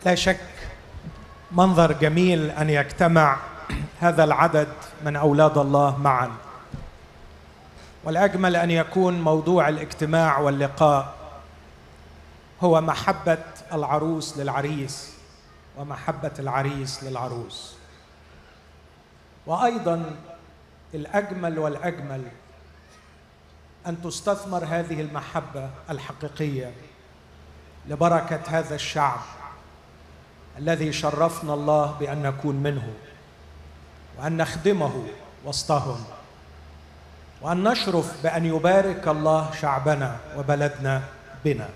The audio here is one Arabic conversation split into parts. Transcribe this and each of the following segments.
لا شك منظر جميل أن يجتمع هذا العدد من أولاد الله معا، والأجمل أن يكون موضوع الاجتماع واللقاء هو محبة العروس للعريس ومحبة العريس للعروس. وأيضا الأجمل والأجمل أن تستثمر هذه المحبة الحقيقية لبركة هذا الشعب الذي شرفنا الله بأن نكون منه، وأن نخدمه وسطهم، وأن نشرف بأن يبارك الله شعبنا وبلدنا بنا.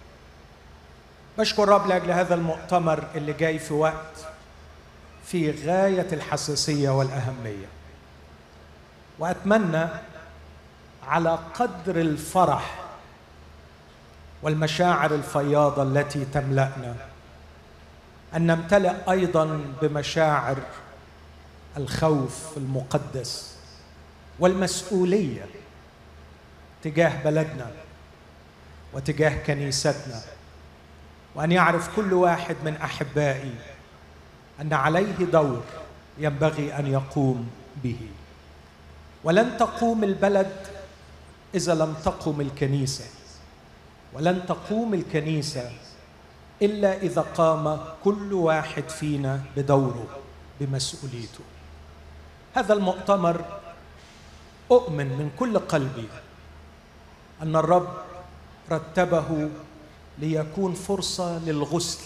بشكر رب لأجل هذا المؤتمر اللي جاي في وقت في غاية الحساسية والأهمية، وأتمنى على قدر الفرح والمشاعر الفياضة التي تملأنا أن نمتلئ أيضا بمشاعر الخوف المقدس والمسؤولية تجاه بلدنا وتجاه كنيستنا، وأن يعرف كل واحد من أحبائي أن عليه دور ينبغي أن يقوم به. ولن تقوم البلد إذا لم تقم الكنيسة، ولن تقوم الكنيسة إلا إذا قام كل واحد فينا بدوره بمسؤوليته. هذا المؤتمر أؤمن من كل قلبي أن الرب رتبه ليكون فرصة للغسل.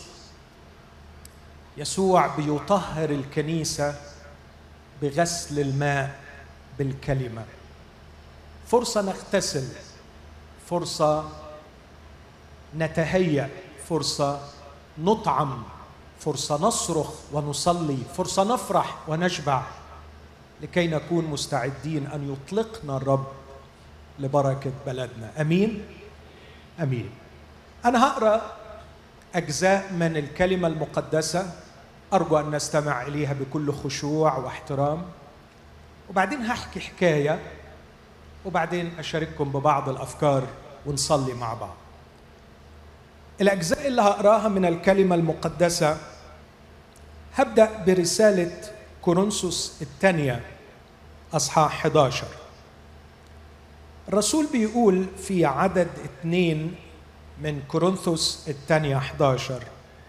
يسوع بيطهر الكنيسة بغسل الماء بالكلمة، فرصة نغتسل، فرصة نتهيأ، فرصة نطعم، فرصة نصرخ ونصلي، فرصة نفرح ونشبع، لكي نكون مستعدين أن يطلقنا الرب لبركة بلدنا. أمين أمين. أنا هقرأ أجزاء من الكلمة المقدسة، أرجو أن نستمع إليها بكل خشوع واحترام، وبعدين هحكي حكاية، وبعدين أشارككم ببعض الأفكار ونصلي مع بعض. الأجزاء اللي هقراها من الكلمة المقدسة هبدأ برسالة كورنثوس الثانية أصحاح 11. الرسول بيقول في عدد 2 من كورنثوس الثانية 11: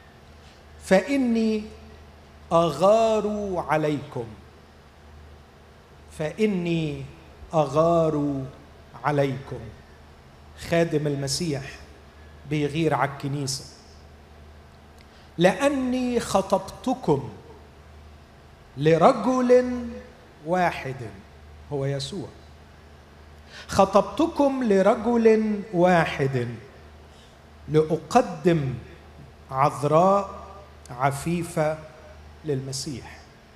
فإني أغار عليكم، فإني أغار عليكم. خادم المسيح بيغير على الكنيسة، لأني خطبتكم لرجل واحد هو يسوع، خطبتكم لرجل واحد لأقدم عذراء عفيفة للمسيح.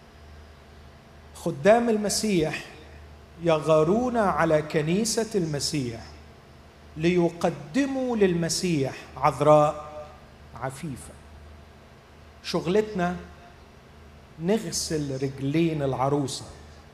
خدام المسيح يغارون على كنيسة المسيح ليقدموا للمسيح عذراء عفيفة. شغلتنا نغسل رجلين العروسة،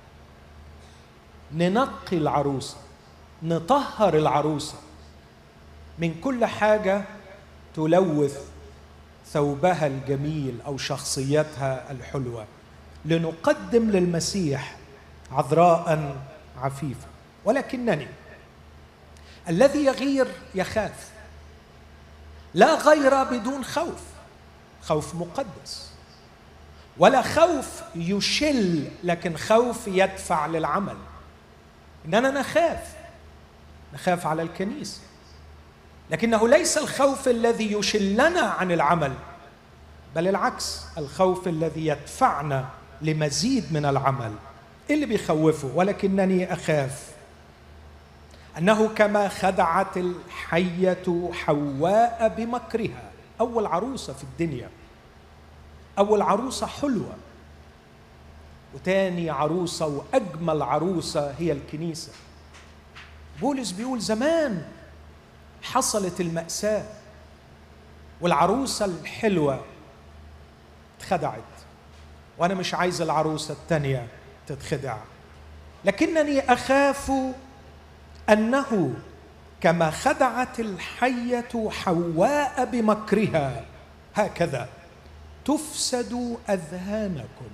ننقي العروسة، نطهر العروسة من كل حاجة تلوث ثوبها الجميل أو شخصيتها الحلوة، لنقدم للمسيح عذراء عفيفة. ولكنني الذي يغير يخاف، لا غير بدون خوف، خوف مقدس، ولا خوف يشل، لكن خوف يدفع للعمل. إننا نخاف على الكنيسة، لكنه ليس الخوف الذي يشلنا عن العمل، بل العكس، الخوف الذي يدفعنا لمزيد من العمل. إيه اللي بيخوفه؟ ولكنني أخاف أنه كما خدعت الحية حواء بمكرها، أول عروسة في الدنيا، أول عروسة حلوة، وتاني عروسة وأجمل عروسة هي الكنيسة. بولس بيقول زمان حصلت المأساة والعروسة الحلوة اتخدعت، وأنا مش عايز العروسة التانية تتخدع. لكنني أخاف أنه كما خدعت الحية حواء بمكرها، هكذا تفسد أذهانكم،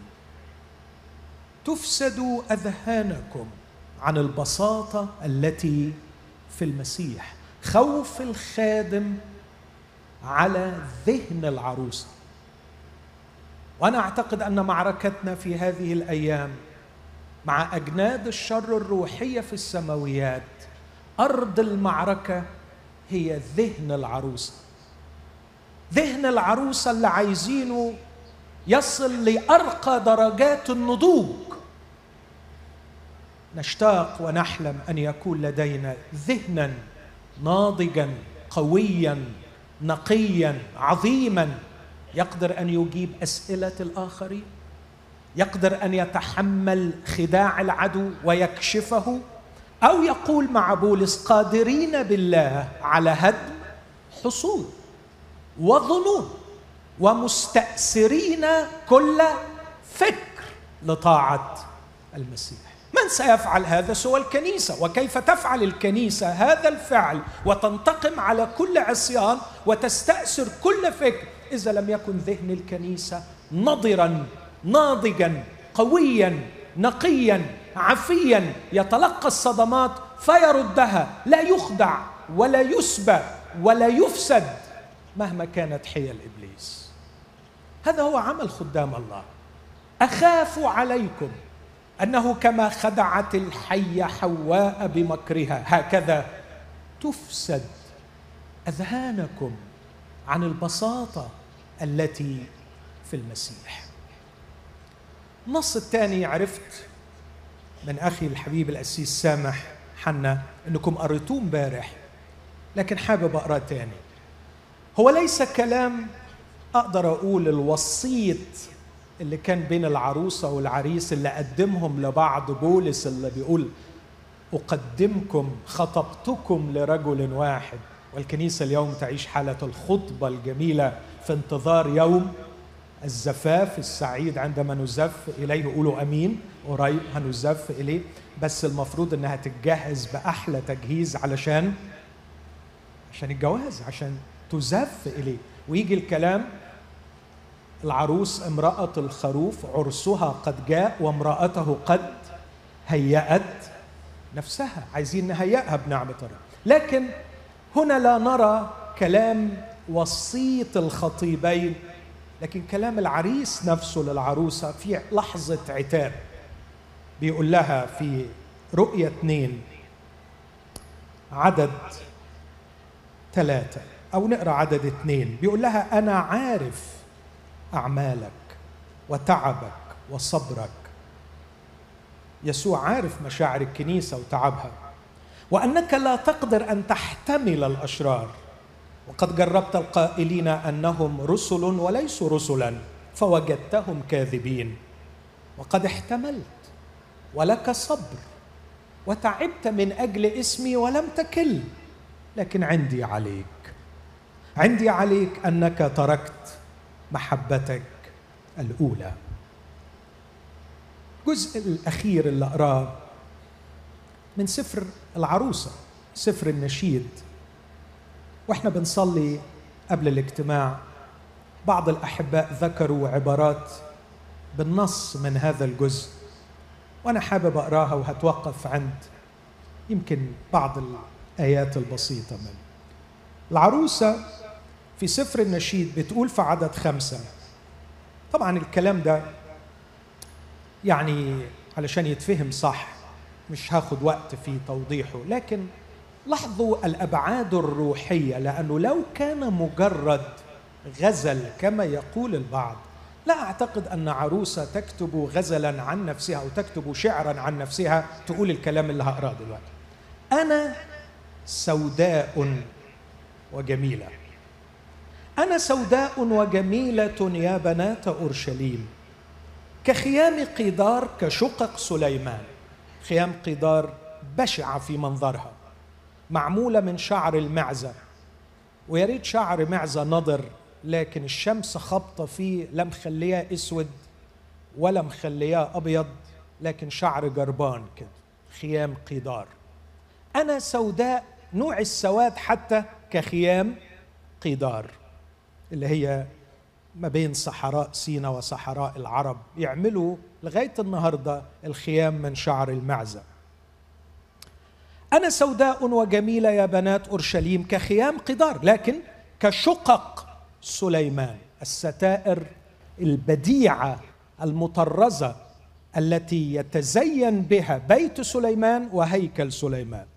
تفسد أذهانكم عن البساطة التي في المسيح. خوف الخادم على ذهن العروسة. وأنا أعتقد أن معركتنا في هذه الأيام مع أجناد الشر الروحية في السماويات، أرض المعركة هي ذهن العروسة. ذهن العروسة اللي عايزينه يصل لأرقى درجات النضوج. نشتاق ونحلم أن يكون لدينا ذهنا ناضجا قويا نقيا عظيما، يقدر أن يجيب أسئلة الآخرين، يقدر أن يتحمل خداع العدو ويكشفه، أو يقول مع بولس: قادرين بالله على هدم حصون وظنون ومستأثرين كل فكر لطاعة المسيح. من سيفعل هذا سوى الكنيسة؟ وكيف تفعل الكنيسة هذا الفعل وتنتقم على كل عصيان وتستأثر كل فكر إذا لم يكن ذهن الكنيسة نضرا ناضجا قويا نقيا عفيا، يتلقى الصدمات فيردها، لا يخدع ولا يسبى ولا يفسد مهما كانت حيل إبليس. هذا هو عمل خدام الله. أخاف عليكم أنه كما خدعت الحية حواء بمكرها، هكذا تفسد أذهانكم عن البساطة التي في المسيح. النص الثاني عرفت من أخي الحبيب الأسيس سامح حنا أنكم قريتوه امبارح، لكن حابب أقرأ تاني. هو ليس كلام أقدر أقول الوسيط اللي كان بين العروسة والعريس اللي قدمهم لبعض بولس، اللي بيقول أقدمكم خطبتكم لرجل واحد، والكنيسة اليوم تعيش حالة الخطبة الجميلة في انتظار يوم الزفاف السعيد عندما نزف إليه. قولوا أمين، قريب هنزف إليه، بس المفروض أنها تتجهز بأحلى تجهيز علشان الجواز، عشان تزف إليه. ويجي الكلام: العروس امرأة الخروف عرسها قد جاء وامرأته قد هيأت نفسها. عايزين نهيئها بنعمة الله. لكن هنا لا نرى كلام وسيط الخطيبين، لكن كلام العريس نفسه للعروسة في لحظة عتاب. بيقول لها في رؤية 2 عدد 3 أو نقرأ عدد 2، بيقول لها: أنا عارف أعمالك وتعبك وصبرك. يسوع عارف مشاعر الكنيسة وتعبها، وأنك لا تقدر أن تحتمل الأشرار، وقد جربت القائلين أنهم رسل وليسوا رسلا فوجدتهم كاذبين، وقد احتملت ولك صبر وتعبت من أجل اسمي ولم تكل، لكن عندي عليك أنك تركت محبتك الأولى. الجزء الأخير اللي أقراه من سفر العروسة، سفر النشيد. وإحنا بنصلي قبل الاجتماع بعض الأحباء ذكروا عبارات بالنص من هذا الجزء، وأنا حابب أقراها وهتوقف عند يمكن بعض الآيات البسيطة منه. العروسة في سفر النشيد بتقول في عدد 5، طبعا الكلام ده يعني علشان يتفهم صح مش هاخد وقت في توضيحه، لكن لاحظوا الأبعاد الروحية، لأنه لو كان مجرد غزل كما يقول البعض، لا أعتقد أن عروسة تكتب غزلا عن نفسها أو تكتب شعرا عن نفسها تقول الكلام اللي هقراه دلوقتي: أنا سوداء وجميلة، أنا سوداء وجميلة يا بنات أورشليم، كخيام قيدار كشقق سليمان. خيام قيدار بشعة في منظرها، معمولة من شعر المعزة، ويريد شعر معزة نضر، لكن الشمس خبطة فيه، لا مخلياه اسود ولا مخلياه أبيض، لكن شعر جربان كده. خيام قيدار. أنا سوداء، نوع السواد حتى كخيام قيدار، اللي هي ما بين صحراء سيناء وصحراء العرب، يعملوا لغاية النهاردة الخيام من شعر المعزة. أنا سوداء وجميلة يا بنات أورشليم كخيام قدار، لكن كشقق سليمان، الستائر البديعة المطرزة التي يتزين بها بيت سليمان وهيكل سليمان.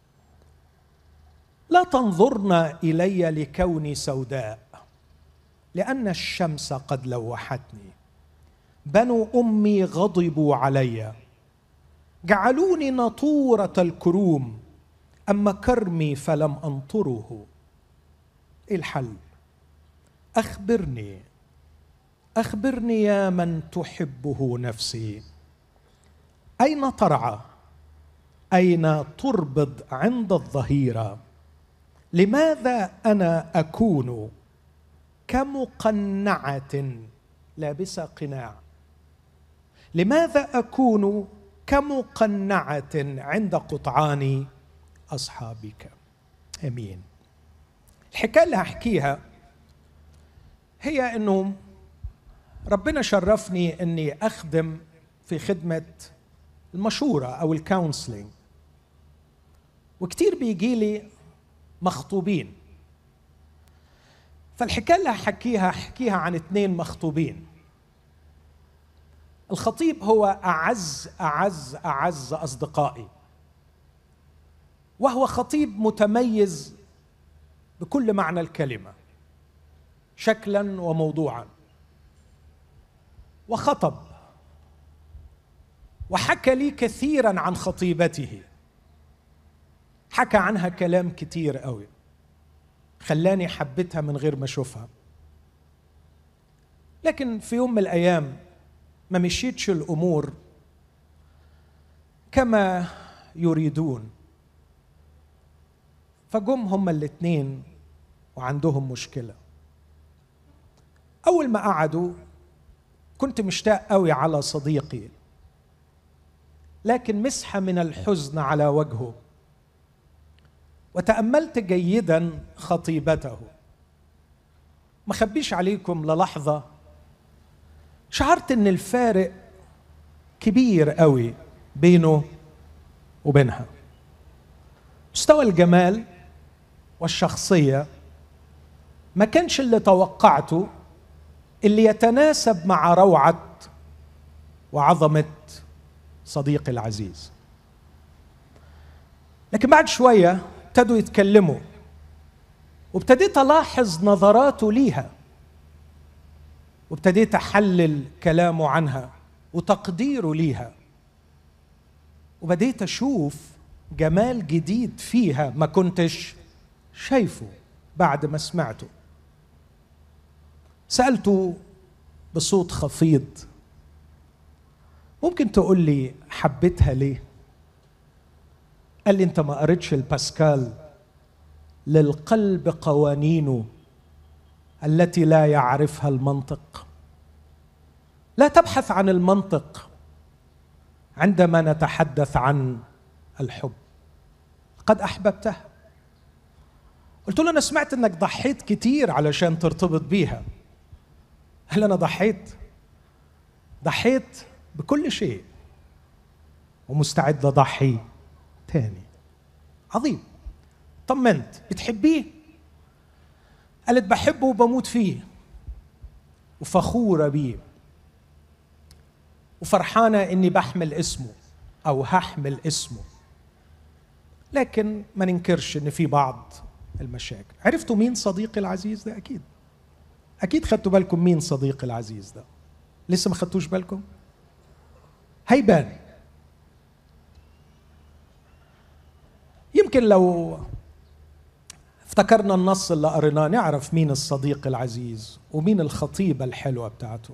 لا تنظرن إلي لكوني سوداء، لأن الشمس قد لوحتني. بنو أمي غضبوا علي، جعلوني نطورة الكروم، أما كرمي فلم أنطره. إيه الحل؟ أخبرني يا من تحبه نفسي، أين ترعى؟ أين تربض عند الظهيرة؟ لماذا أنا أكون كمقنعة لابسة قناع؟ لماذا أكون كمقنعة عند قطعان أصحابك؟ أمين. الحكاية اللي هحكيها هي أنه ربنا شرفني أني أخدم في خدمة المشورة أو الكونسلينج، وكتير بيجي لي مخطوبين. فالحكاية اللي هحكيها عن 2 مخطوبين. الخطيب هو أعز أصدقائي، وهو خطيب متميز بكل معنى الكلمة، شكلا وموضوعا، وخطب وحكى لي كثيرا عن خطيبته، حكى عنها كلام كتير قوي خلاني حبيتها من غير ما أشوفها. لكن في يوم من الأيام ما مشيتش الأمور كما يريدون، فجم هما الاتنين وعندهم مشكلة. أول ما قعدوا كنت مشتاق قوي على صديقي، لكن مسحة من الحزن على وجهه، وتأملت جيدا خطيبته. ما خبيش عليكم للحظة شعرت ان الفارق كبير قوي بينه وبينها. مستوى الجمال والشخصية ما كانش اللي توقعته، اللي يتناسب مع روعة وعظمة صديقي العزيز. لكن بعد شوية ابتدوا يتكلموا، وابتديت ألاحظ نظراته ليها، وابتديت أحلل كلامه عنها وتقديره ليها، وبديت أشوف جمال جديد فيها ما كنتش شايفه بعد ما سمعته. سألته بصوت خفيض: ممكن تقول لي حبيتها ليه؟ قال لي: أنت ما قريتش الباسكال؟ للقلب قوانينه التي لا يعرفها المنطق. لا تبحث عن المنطق عندما نتحدث عن الحب. قد أحببتها. قلت له: أنا سمعت أنك ضحيت كتير علشان ترتبط بيها. هل أنا ضحيت بكل شيء، ومستعد أضحي تاني. عظيم. طمنت. بتحبيه؟ قالت: بحبه وبموت فيه، وفخورة بيه، وفرحانة إني بحمل اسمه أو هحمل اسمه. لكن ما ننكرش إن في بعض المشاكل. عرفتوا مين صديقي العزيز ده؟ أكيد خدتوا بالكم مين صديقي العزيز ده. لسه ما خدتوش بالكم؟ هيبان. يمكن لو افتكرنا النص اللي قريناه نعرف مين الصديق العزيز ومين الخطيبة الحلوة بتاعته.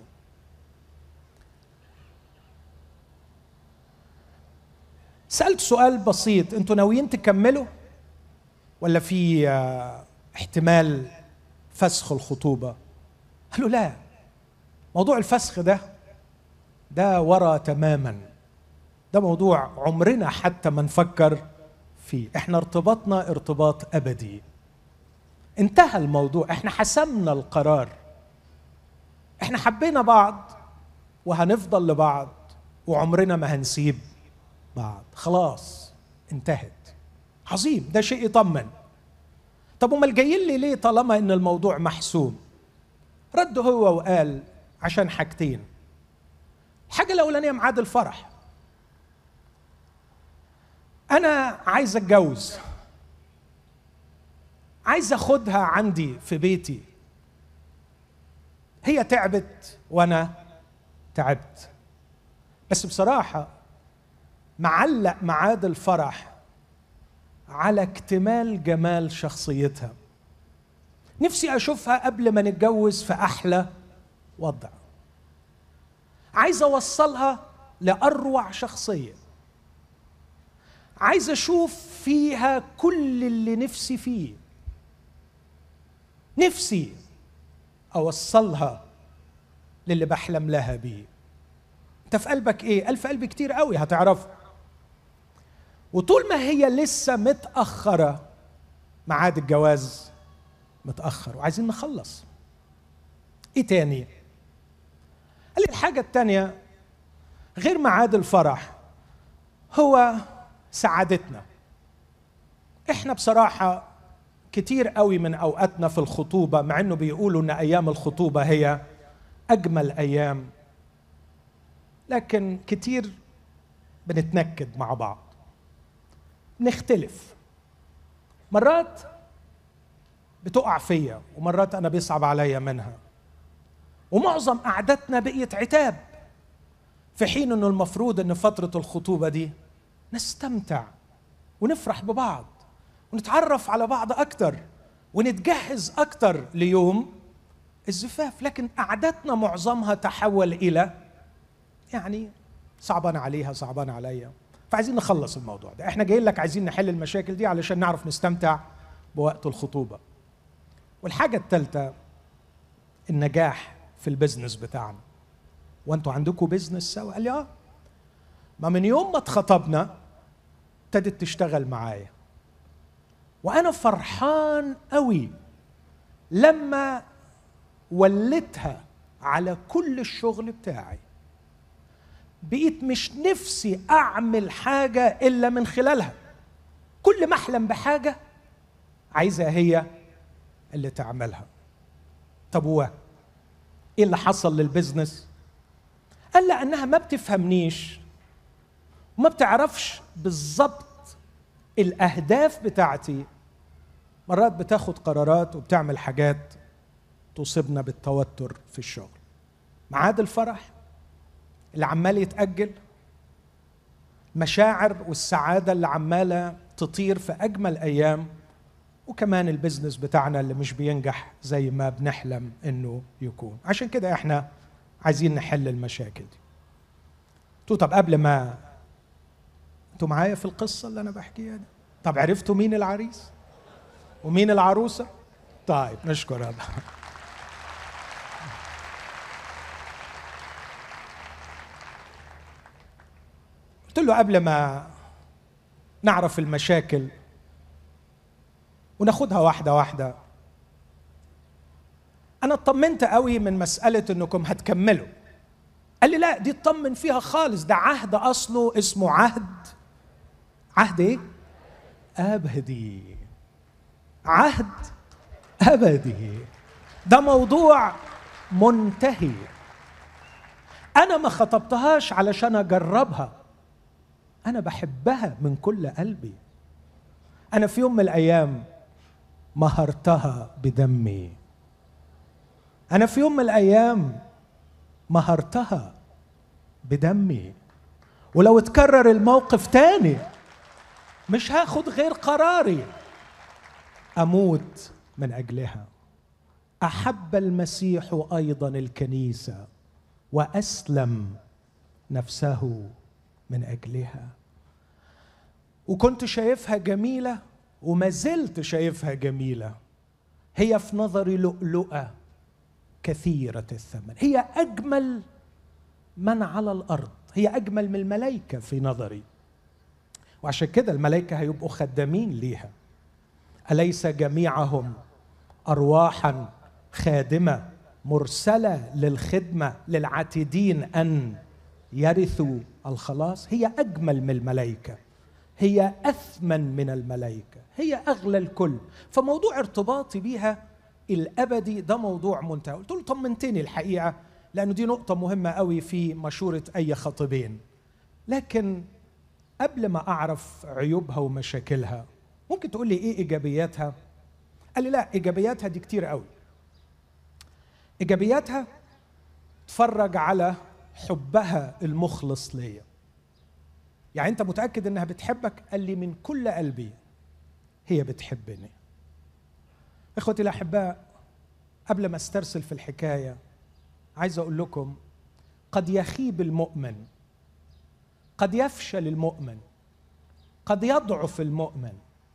سألت سؤال بسيط: انتوا ناويين تكملوا ولا في احتمال فسخ الخطوبة؟ قالوا: لا، موضوع الفسخ ده ورا تماما، ده موضوع عمرنا حتى ما نفكر فيه. احنا ارتباطنا ارتباط أبدي، انتهى الموضوع، احنا حسمنا القرار. احنا حبينا بعض وهنفضل لبعض وعمرنا ما هنسيب بعض، خلاص انتهت. عظيم، ده شيء يطمن. طب امال جايين لي ليه طالما ان الموضوع محسوم؟ رد هو وقال عشان حاجتين. الحاجة الأولانية ميعاد الفرح. أنا عايز أتجوز، عايز أخدها عندي في بيتي. هي تعبت وأنا تعبت، بس بصراحة معلق ميعاد الفرح على اكتمال جمال شخصيتها. نفسي أشوفها قبل ما نتجوز في أحلى وضع. عايز أوصلها لأروع شخصية. عايز أشوف فيها كل اللي نفسي فيه. نفسي أوصلها للي بحلم لها بيه. أنت في قلبك إيه؟ قال في قلبي كتير قوي، هتعرفه. وطول ما هي لسه متأخرة، ميعاد الجواز متأخر وعايزين نخلص. إيه تاني؟ قال لي الحاجة التانية غير ميعاد الفرح هو سعادتنا. احنا بصراحة كتير قوي من أوقاتنا في الخطوبة، مع انه بيقولوا ان ايام الخطوبة هي اجمل ايام، لكن كتير بنتنكد مع بعض، نختلف. مرات بتقع فيا ومرات انا بيصعب عليا منها، ومعظم قعدتنا بقيت عتاب، في حين انه المفروض ان فترة الخطوبة دي نستمتع ونفرح ببعض ونتعرف على بعض اكتر ونتجهز اكتر ليوم الزفاف. لكن قعدتنا معظمها تحول الى يعني صعبان عليها صعبان عليا. فعايزين نخلص الموضوع ده. احنا جايين لك عايزين نحل المشاكل دي علشان نعرف نستمتع بوقت الخطوبة. والحاجة الثالثة النجاح في البزنس بتاعنا. وانتوا عندكم بزنس سوا؟ قال لي ما من يوم ما اتخطبنا ابتدت تشتغل معايا، وانا فرحان قوي لما ولتها على كل الشغل بتاعي. بقيت مش نفسي اعمل حاجة الا من خلالها. كل ما احلم بحاجة عايزها هي اللي تعملها. طب هو ايه اللي حصل للبزنس؟ قال لأنها ما بتفهمنيش وما بتعرفش بالظبط الأهداف بتاعتي. مرات بتاخد قرارات وبتعمل حاجات تصيبنا بالتوتر في الشغل. ميعاد الفرح اللي عمال يتأجل، مشاعر والسعادة اللي عمالة تطير في أجمل أيام، وكمان البزنس بتاعنا اللي مش بينجح زي ما بنحلم إنه يكون. عشان كده إحنا عايزين نحل المشاكل دي. طب قبل ما انتوا معايا في القصة اللي أنا بحكيها دي؟ طب عرفتوا مين العريس ومين العروسة؟ طيب نشكر الله. قلت له قبل ما نعرف المشاكل وناخدها واحدة واحدة، أنا اطمنت قوي من مسألة إنكم هتكملوا. قال لي لا، دي اطمن فيها خالص، ده عهد أصله اسمه عهد إيه؟ أبدي. عهد أبدي، ده موضوع منتهي. أنا ما خطبتهاش علشان أجربها، أنا بحبها من كل قلبي. أنا في يوم من الأيام مهرتها بدمي. أنا في يوم من الأيام مهرتها بدمي، ولو اتكرر الموقف تاني مش هاخد غير قراري أموت من أجلها. أحب المسيح أيضا الكنيسة وأسلم نفسه من أجلها. وكنت شايفها جميلة وما زلت شايفها جميلة. هي في نظري لؤلؤة كثيرة الثمن، هي أجمل من على الأرض، هي أجمل من الملائكة في نظري. وعشان كده الملائكة هيبقوا خدامين ليها. أليس جميعهم أرواحا خادمة مرسلة للخدمة للعاتدين أن يرثوا الخلاص، هي أجمل من الملائكة، هي أثمن من الملائكة، هي أغلى الكل. فموضوع ارتباطي بيها الأبدي ده موضوع منتهى. قلت له طمنتني الحقيقة، لأنه دي نقطة مهمة قوي في مشورة أي خطيبين. لكن قبل ما أعرف عيوبها ومشاكلها، ممكن تقول لي إيه إيجابياتها؟ قال لي لا، إيجابياتها دي كتير قوي. إيجابياتها تفرج على حبها المخلص ليا. يعني أنت متأكد إنها بتحبك؟ قال لي من كل قلبي هي بتحبني. إخوتي الأحباء، قبل ما استرسل في الحكاية عايز أقول لكم، قد يخيب المؤمن، قد يفشل المؤمن، قد يضعف المؤمن،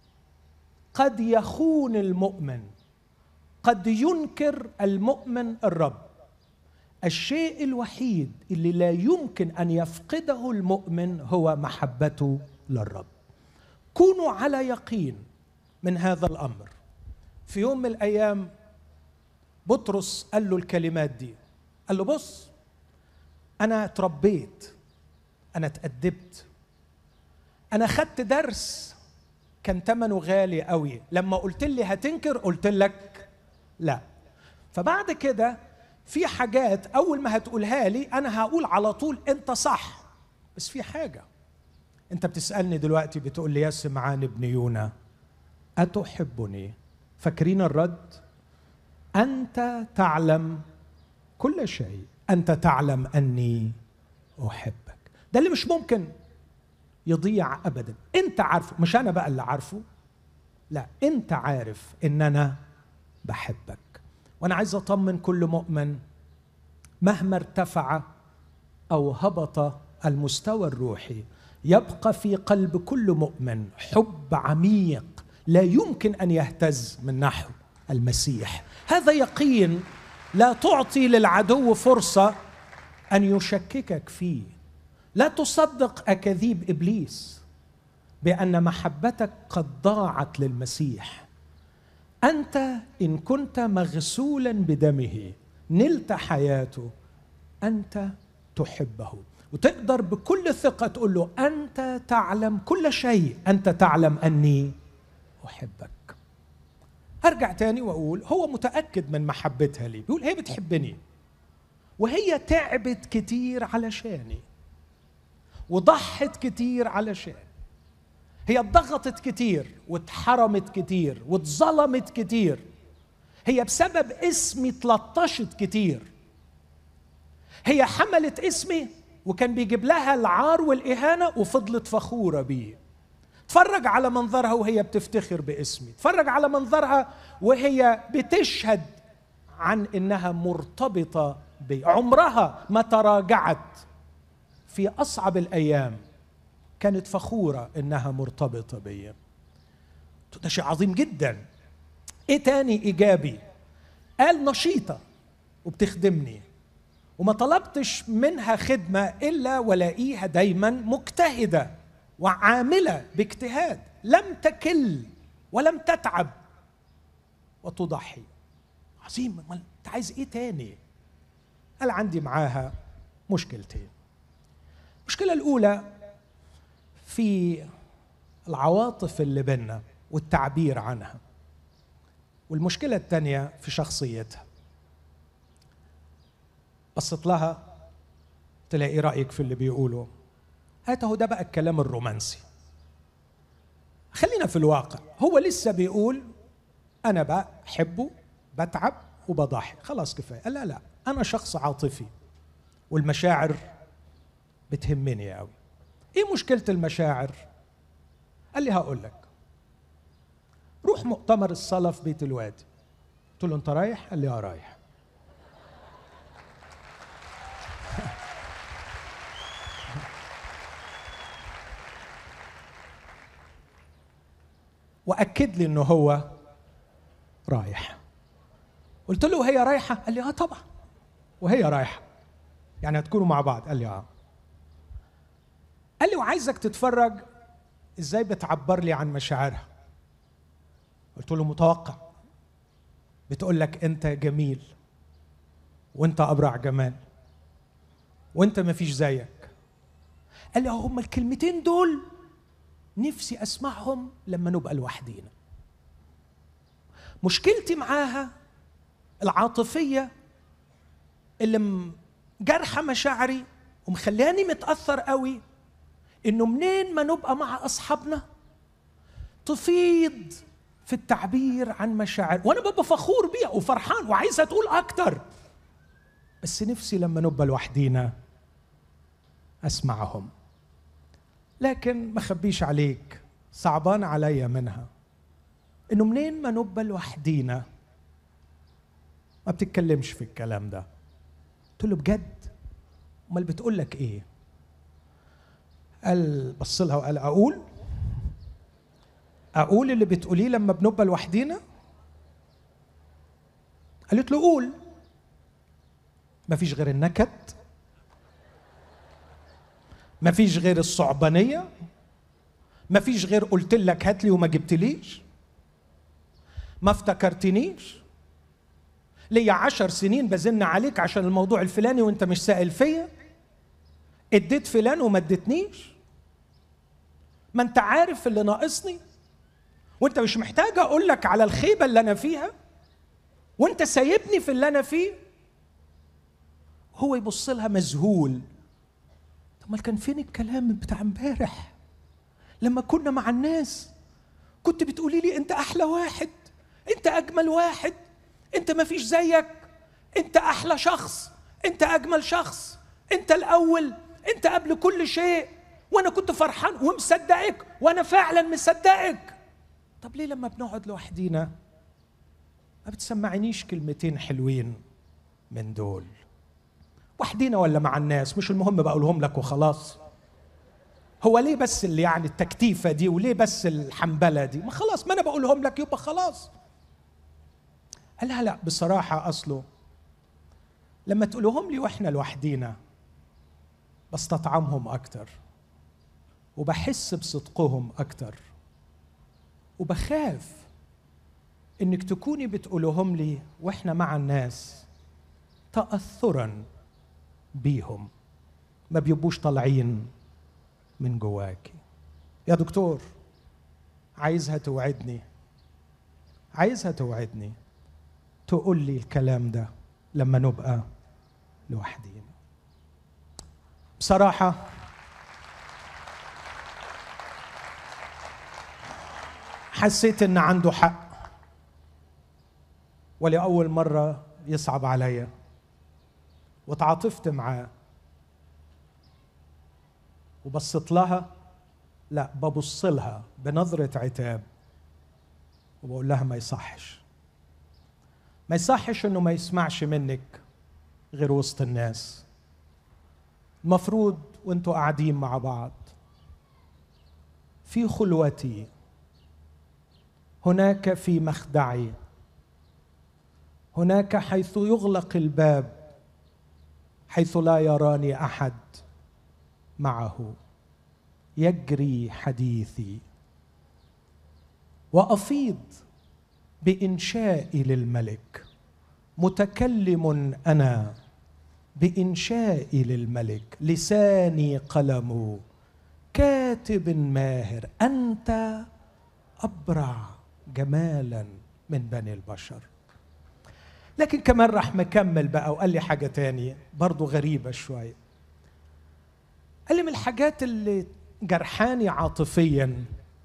قد يخون المؤمن، قد ينكر المؤمن الرب. الشيء الوحيد اللي لا يمكن أن يفقده المؤمن هو محبته للرب. كونوا على يقين من هذا الأمر. في يوم من الأيام بطرس قال له الكلمات دي، قال له بص، أنا اتربيت، أنا اتأدبت، أنا خدت درس كان ثمنه غالي قوي. لما قلت لي هتنكر قلت لك لا. فبعد كده في حاجات أول ما هتقولها لي أنا هقول على طول أنت صح. بس في حاجة، أنت بتسألني دلوقتي بتقول لي يا سمعان ابن يونا أتحبني؟ فاكرين الرد؟ أنت تعلم كل شيء، أنت تعلم أني أحبك. ده اللي مش ممكن يضيع أبدا. أنت عارفه، مش أنا بقى اللي عارفه، لا، أنت عارف إن أنا بحبك. وأنا عايز أطمن كل مؤمن مهما ارتفع أو هبط المستوى الروحي، يبقى في قلب كل مؤمن حب عميق لا يمكن أن يهتز من نحو المسيح. هذا يقين لا تعطي للعدو فرصة أن يشككك فيه. لا تصدق أكاذيب إبليس بأن محبتك قد ضاعت للمسيح. أنت إن كنت مغسولا بدمه نلت حياته، أنت تحبه، وتقدر بكل ثقة تقول له أنت تعلم كل شيء، أنت تعلم أني أحبك. أرجع تاني وأقول هو متأكد من محبتها لي، بيقول هي بتحبني وهي تعبت كتير علشاني وضحت كتير علشان. هي اتضغطت كتير واتحرمت كتير واتظلمت كتير. هي بسبب اسمي اتلطشت كتير. هي حملت اسمي وكان بيجيب لها العار والإهانة وفضلت فخورة بيه. اتفرج على منظرها وهي بتفتخر باسمي، اتفرج على منظرها وهي بتشهد عن إنها مرتبطة بي. عمرها ما تراجعت في أصعب الأيام، كانت فخورة إنها مرتبطة بي. ده شيء عظيم جدا. إيه تاني إيجابي؟ قال نشيطة وبتخدمني، وما طلبتش منها خدمة إلا ولاقيها دايما مجتهدة وعاملة باجتهاد، لم تكل ولم تتعب وتضحي. عظيم. أنت عايز إيه تاني؟ قال عندي معاها مشكلتين. المشكلة الأولى في العواطف اللي بيننا والتعبير عنها، والمشكلة الثانية في شخصيتها. بصت لها تلاقي إيه رأيك في اللي بيقوله؟ هاته ده بقى الكلام الرومانسي. خلينا في الواقع. هو لسه بيقول أنا بحبه بتعب وبضحي، خلاص كفاية. قال لا، أنا شخص عاطفي والمشاعر بتهمني قوي. إيه مشكلة المشاعر؟ قال لي هقول لك. روح مؤتمر الصلاة في بيت الوادي. قلت له أنت رايح؟ قال لي رايح. وأكد لي إنه هو رايح. قلت له هي رايحة؟ قال لي طبعا. وهي رايحة يعني هتكونوا مع بعض؟ قال لي قال لي وعايزك تتفرج ازاي بتعبر لي عن مشاعرها. قلت له متوقع. بتقول لك انت جميل وانت أبرع جمال، وانت ما فيش زيك. قال لي هم الكلمتين دول نفسي أسمعهم لما نبقى لوحدينا. مشكلتي معاها العاطفية اللي جرح مشاعري ومخلياني متأثر قوي، إنه منين ما نبقى مع أصحابنا تفيض في التعبير عن مشاعر، وأنا ببقى فخور بيها وفرحان وعايزة تقول أكتر، بس نفسي لما نبقى لوحدينا أسمعهم. لكن ما خبيش عليك، صعبان عليا منها إنه منين ما نبقى لوحدينا ما بتتكلمش في الكلام ده. قلت له بجد؟ امال بتقول لك ايه؟ قال بص لها وقال اقول اللي بتقوليه لما بنبقى لوحدينا؟ قالت له قول. ما فيش غير النكد، ما فيش غير الصعبانيه، ما فيش غير قلت لك هات لي وما جبتليش، ما افتكرتنيش، ليا 10 سنين بزن عليك عشان الموضوع الفلاني وانت مش سائل فيا، اديت فلان وما اديتنيش، ما انت عارف اللي ناقصني وانت مش محتاج اقول لك على الخيبه اللي انا فيها وانت سايبني في اللي انا فيه. هو يبص لها مذهول. طب ما كان فين الكلام بتاع امبارح لما كنا مع الناس؟ كنت بتقولي لي انت احلى واحد، انت اجمل واحد، انت ما فيش زيك، انت احلى شخص، انت اجمل شخص، انت الاول، انت قبل كل شيء، وانا كنت فرحان ومصدقك وانا فعلا مصدقك. طب ليه لما بنقعد لوحدينا ما بتسمعنيش كلمتين حلوين من دول؟ وحدينا ولا مع الناس مش المهم، بقولهم لك وخلاص. هو ليه بس اللي يعني التكتيفه دي، وليه بس الحنبله دي؟ ما خلاص، ما انا بقولهم لك يبقى خلاص. قال لها لا بصراحه اصله لما تقولهم لي واحنا لوحدينا بستطعمهم اكتر وبحس بصدقهم اكتر، وبخاف انك تكوني بتقولهم لي واحنا مع الناس تأثرا بيهم، ما بيبقوش طالعين من جواكي. يا دكتور عايزها توعدني تقول لي الكلام ده لما نبقى لوحدينا. بصراحة حسيت ان عنده حق، ولأول مرة يصعب عليا، وتعاطفت معاه وبصت لها، لا ببص لها بنظرة عتاب وبقول لها ما يصحش انه ما يسمعش منك غير وسط الناس. المفروض وانتوا قاعدين مع بعض في خلوتي، هناك في مخدعي، هناك حيث يغلق الباب، حيث لا يراني أحد معه، يجري حديثي وأفيض بإنشائي للملك، متكلم أنا بإنشائي للملك، لساني قلم كاتب ماهر، أنت أبرع جمالا من بني البشر. لكن كمان راح مكمل بقى وقال لي حاجة تانية برضو غريبة شوية. قال لي من الحاجات اللي جرحاني عاطفيا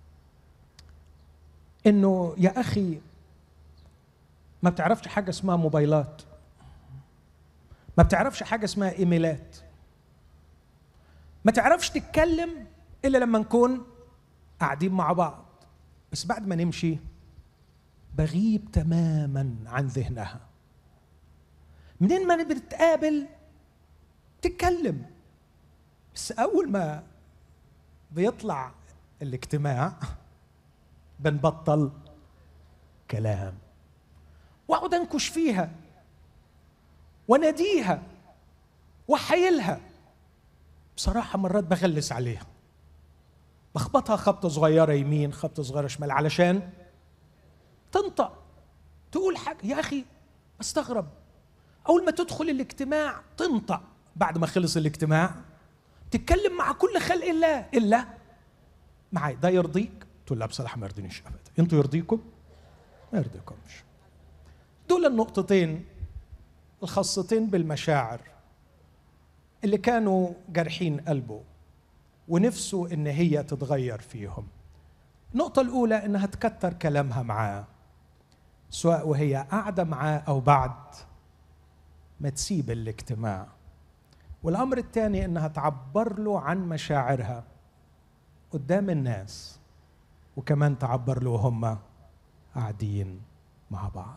إنه يا أخي ما بتعرفش حاجة اسمها موبايلات، ما بتعرفش حاجة اسمها إيميلات، ما تعرفش تتكلم إلا لما نكون قاعدين مع بعض، بس بعد ما نمشي بغيب تماما عن ذهنها. منين ما بنتقابل تتكلم، بس أول ما بيطلع الاجتماع بنبطل كلام، واقعد انكش فيها وناديها وحيلها. بصراحة مرات بغلس عليها، بخبطها خبطة صغيرة يمين خبطة صغيرة شمال علشان تنطق تقول حاجة. يا أخي استغرب، أول ما تدخل الاجتماع تنطق، بعد ما خلص الاجتماع تتكلم مع كل خلق الله إلا معي. ده يرضيك؟ تقول لا بصراحة ما يرضينيش أبدا. أنتوا يرضيكم؟ ما يرضيكمش. دول النقطتين الخاصتين بالمشاعر اللي كانوا جارحين قلبه ونفسه إن هي تتغير فيهم. النقطة الأولى إنها تكتر كلامها معاه، سواء وهي قاعدة معاه أو بعد ما تسيب الاجتماع. والأمر الثاني إنها تعبر له عن مشاعرها قدام الناس، وكمان تعبر له وهم قاعدين مع بعض.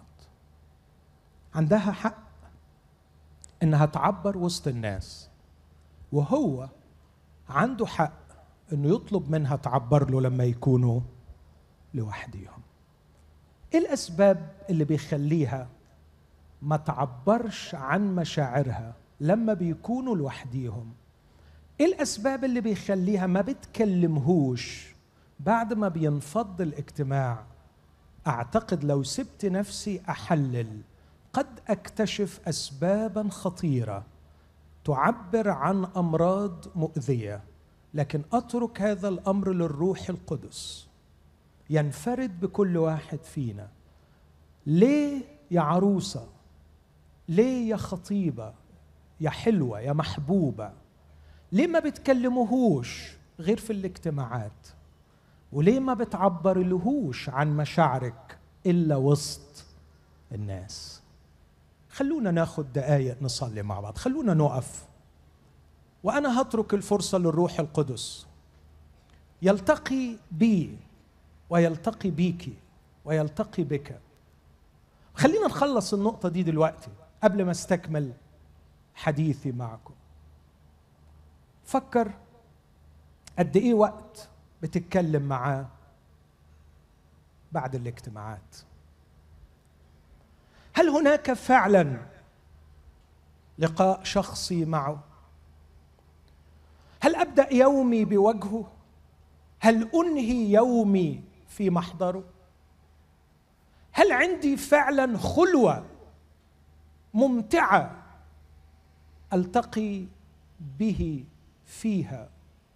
عندها حق إنها تعبر وسط الناس، وهو عنده حق إنه يطلب منها تعبر له لما يكونوا لوحديهم. إيه الأسباب اللي بيخليها ما تعبرش عن مشاعرها لما بيكونوا لوحديهم؟ إيه الأسباب اللي بيخليها ما بتكلمهوش بعد ما بينفض الاجتماع؟ أعتقد لو سبت نفسي أحلل قد أكتشف أسباباً خطيرة تعبر عن أمراض مؤذية، لكن أترك هذا الأمر للروح القدس ينفرد بكل واحد فينا. ليه يا عروسة؟ ليه يا خطيبة؟ يا حلوة يا محبوبة؟ ليه ما بتكلموهوش غير في الاجتماعات؟ وليه ما بتعبر لهوش عن مشاعرك إلا وسط الناس؟ خلونا ناخد دقايق نصلي مع بعض. خلونا نقف، وأنا هترك الفرصة للروح القدس يلتقي بي ويلتقي بيكي ويلتقي بك. خلينا نخلص النقطة دي دلوقتي قبل ما استكمل حديثي معكم. فكر قد إيه وقت بتتكلم معاه بعد الاجتماعات. هل هناك فعلا لقاء شخصي معه؟ هل أبدأ يومي بوجهه؟ هل أنهي يومي في محضره؟ هل عندي فعلا خلوة ممتعة ألتقي به فيها؟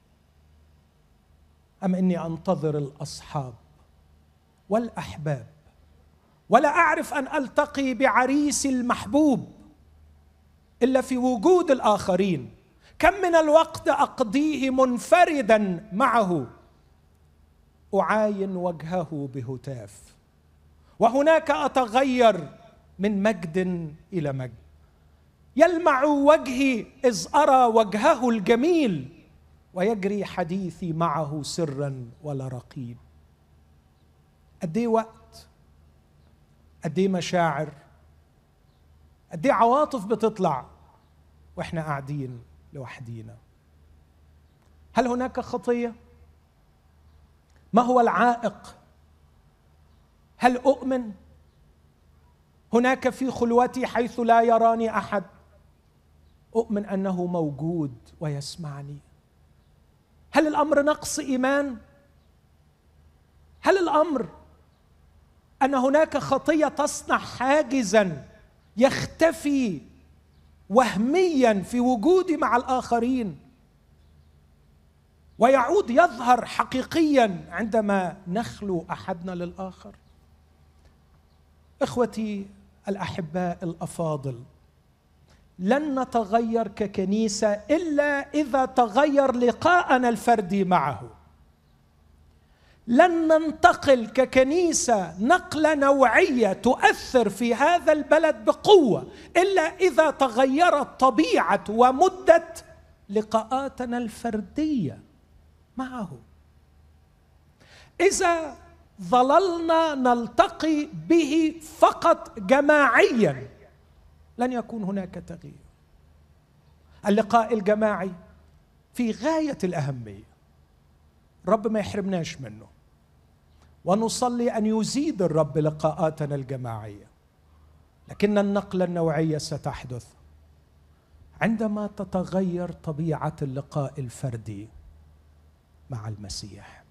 أم إني أنتظر الأصحاب والأحباب ولا أعرف أن ألتقي بعريسي المحبوب إلا في وجود الآخرين؟ كم من الوقت أقضيه منفردا معه أعاين وجهه بهتاف، وهناك أتغير من مجد إلى مجد. يلمع وجهي إذ أرى وجهه الجميل، ويجري حديثي معه سرا ولا رقيب. قد إيه وقت، قد إيه مشاعر، قد إيه عواطف بتطلع وإحنا قاعدين لوحدينا. هل هناك خطية؟ ما هو العائق؟ هل أؤمن هناك في خلوتي حيث لا يراني أحد؟ أؤمن أنه موجود ويسمعني. هل الأمر نقص إيمان؟ هل الأمر أن هناك خطية تصنع حاجزاً يختفي وهمياً في وجودي مع الآخرين ويعود يظهر حقيقياً عندما نخلو أحدنا للآخر؟ إخوتي الأحباء الأفاضل، لن نتغير ككنيسة إلا إذا تغير لقاءنا الفردي معه. لن ننتقل ككنيسة نقلة نوعية تؤثر في هذا البلد بقوة إلا إذا تغيرت طبيعة ومدة لقاءاتنا الفردية معه. إذا ظللنا نلتقي به فقط جماعيا لن يكون هناك تغيير. اللقاء الجماعي في غاية الأهمية، رب ما يحرمناش منه، ونصلي أن يزيد الرب لقاءاتنا الجماعية. لكن النقلة النوعية ستحدث عندما تتغير طبيعة اللقاء الفردي مع المسيح.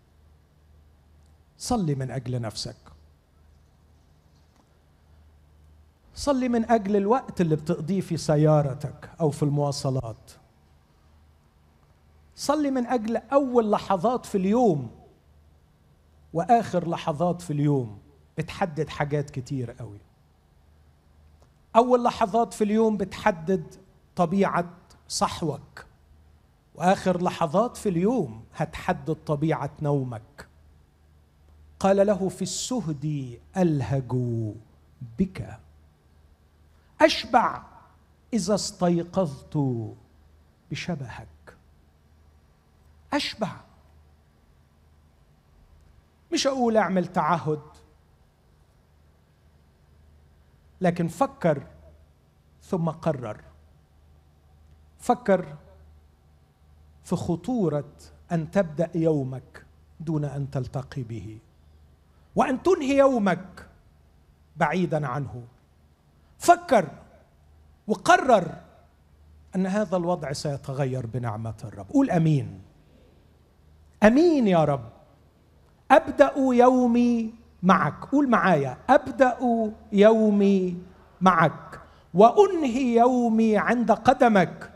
صلي من أجل نفسك، صلي من أجل الوقت اللي بتقضيه في سيارتك أو في المواصلات. صلي من أجل أول لحظات في اليوم وآخر لحظات في اليوم، بتحدد حاجات كتير قوي. أول لحظات في اليوم بتحدد طبيعة صحوك، وآخر لحظات في اليوم هتحدد طبيعة نومك. قال له في السهد ألهج بك، أشبع إذا استيقظت بشبهك. أشبع. مش أقول أعمل تعهد، لكن فكر ثم قرر. فكر في خطورة أن تبدأ يومك دون أن تلتقي به، وأن تنهي يومك بعيدا عنه. فكر وقرر أن هذا الوضع سيتغير بنعمة الرب. قول أمين. أمين يا رب. أبدأ يومي معك. قول معايا: أبدأ يومي معك وأنهي يومي عند قدمك.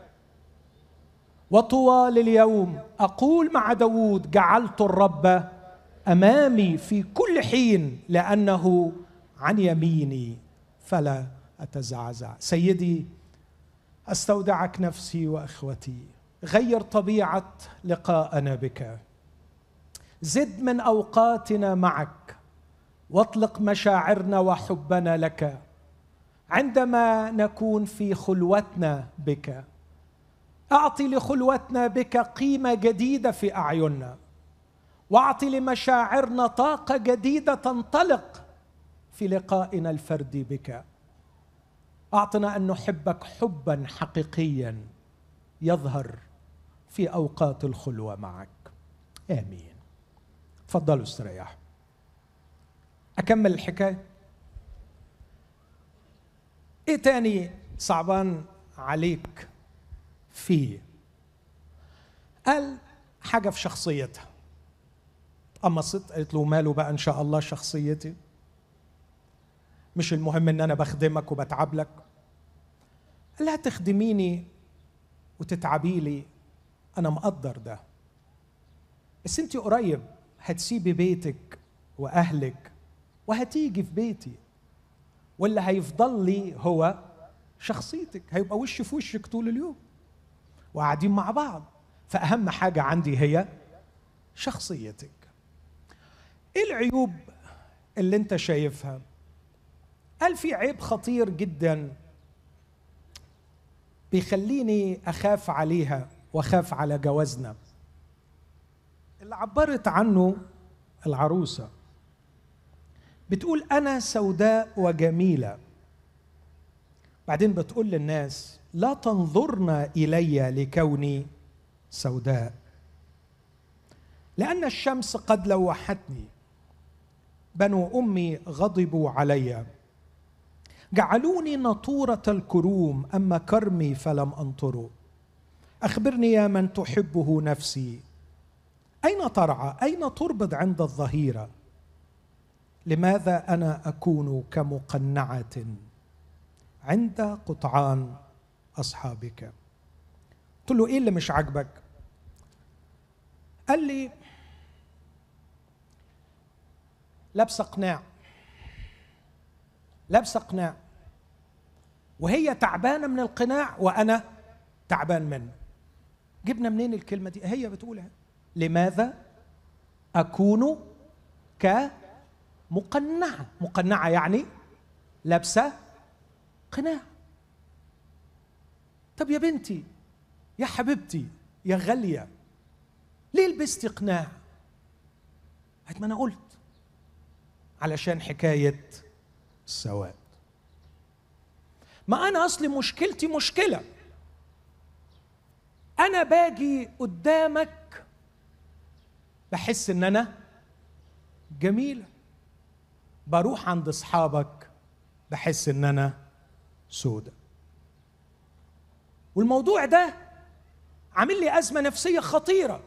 وطوال اليوم أقول مع داود: جعلت الرب أمامي في كل حين، لأنه عن يميني فلا أتزعزع. سيدي، أستودعك نفسي وأخوتي. غير طبيعة لقاءنا بك. زد من أوقاتنا معك، واطلق مشاعرنا وحبنا لك عندما نكون في خلوتنا بك. أعطي لخلوتنا بك قيمة جديدة في أعيننا، واعطي لمشاعرنا طاقة جديدة تنطلق في لقائنا الفردي بك. أعطنا أن نحبك حبا حقيقيا يظهر في أوقات الخلوة معك. آمين. تفضلوا استريحوا. أكمل الحكاية. إيه تاني صعبان عليك فيه؟ قال حاجة في شخصيتها. أما صدق قالت له: ماله بقى إن شاء الله شخصيتي، مش المهم إن أنا بخدمك وبتعب لك. قال لها: تخدميني وتتعبي لي أنا مقدر ده، بس أنت قريب هتسيبي بيتك وأهلك وهتيجي في بيتي، واللي هيفضل لي هو شخصيتك. هيبقى وش في وشك طول اليوم وقاعدين مع بعض، فأهم حاجة عندي هي شخصيتك. إيه العيوب اللي أنت شايفها؟ قال في عيب خطير جدا بيخليني أخاف عليها وأخاف على جوازنا، اللي عبرت عنه العروسة. بتقول: أنا سوداء وجميلة. بعدين بتقول للناس: لا تنظرن إلي لكوني سوداء، لأن الشمس قد لوحتني. بنو أمي غضبوا علي، جعلوني نطورة الكروم، أما كرمي فلم أنطره. أخبرني يا من تحبه نفسي، أين ترعى؟ أين تربض عند الظهيرة؟ لماذا أنا أكون كمقنعة عند قطعان أصحابك؟ قلت له: إيه اللي مش عاجبك؟ قال لي: لابسة قناع، لابسة قناع، وهي تعبانة من القناع وأنا تعبان منه. جبنا منين الكلمة دي؟ هي بتقولها: لماذا أكون كمقنعة. مقنعة يعني لابسة قناع. طب يا بنتي، يا حبيبتي، يا غالية، ليه لبستي قناع؟ قالت: ما أنا قلت علشان حكاية السواد. ما أنا أصلي مشكلتي مشكلة، أنا باجي قدامك بحس إن أنا جميلة، بروح عند أصحابك بحس إن أنا سودة. والموضوع ده عامل لي أزمة نفسية خطيرة.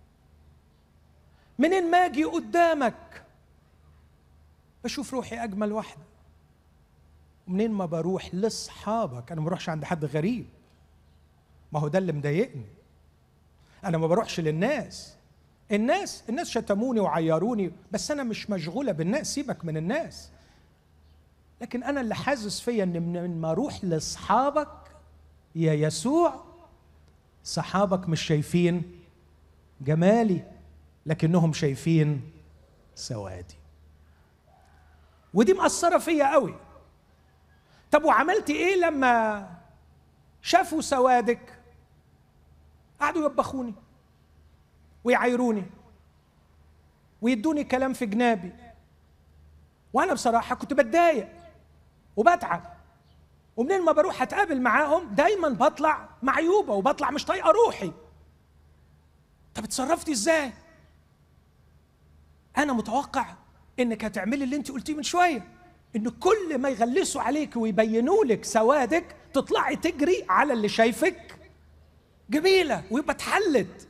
منين ما أجي قدامك بشوف روحي أجمل واحدة، ومنين ما بروح لاصحابك، انا ما بروحش عند حد غريب، ما هو ده اللي مضايقني. انا ما بروحش للناس، الناس شتموني وعيروني، بس انا مش مشغوله بالناس، سيبك من الناس. لكن انا اللي حاسس فيا ان من ما اروح لاصحابك يا يسوع، صحابك مش شايفين جمالي لكنهم شايفين سوادي، ودي مأثرة فيا قوي. طب وعملت ايه لما شافوا سوادك؟ قعدوا يوبخوني ويعايروني ويدوني كلام في جنابي، وانا بصراحة كنت بتضايق وبتعب، ومنين ما بروح اتقابل معاهم دايما بطلع معيوبة وبطلع مش طايقة روحي. طب اتصرفت ازاي؟ انا متوقع انك هتعملي اللي انت قلتيه من شوية، ان كل ما يغلسوا عليك ويبينوا لك سوادك تطلعي تجري على اللي شايفك جميلة ويبقى اتحلت.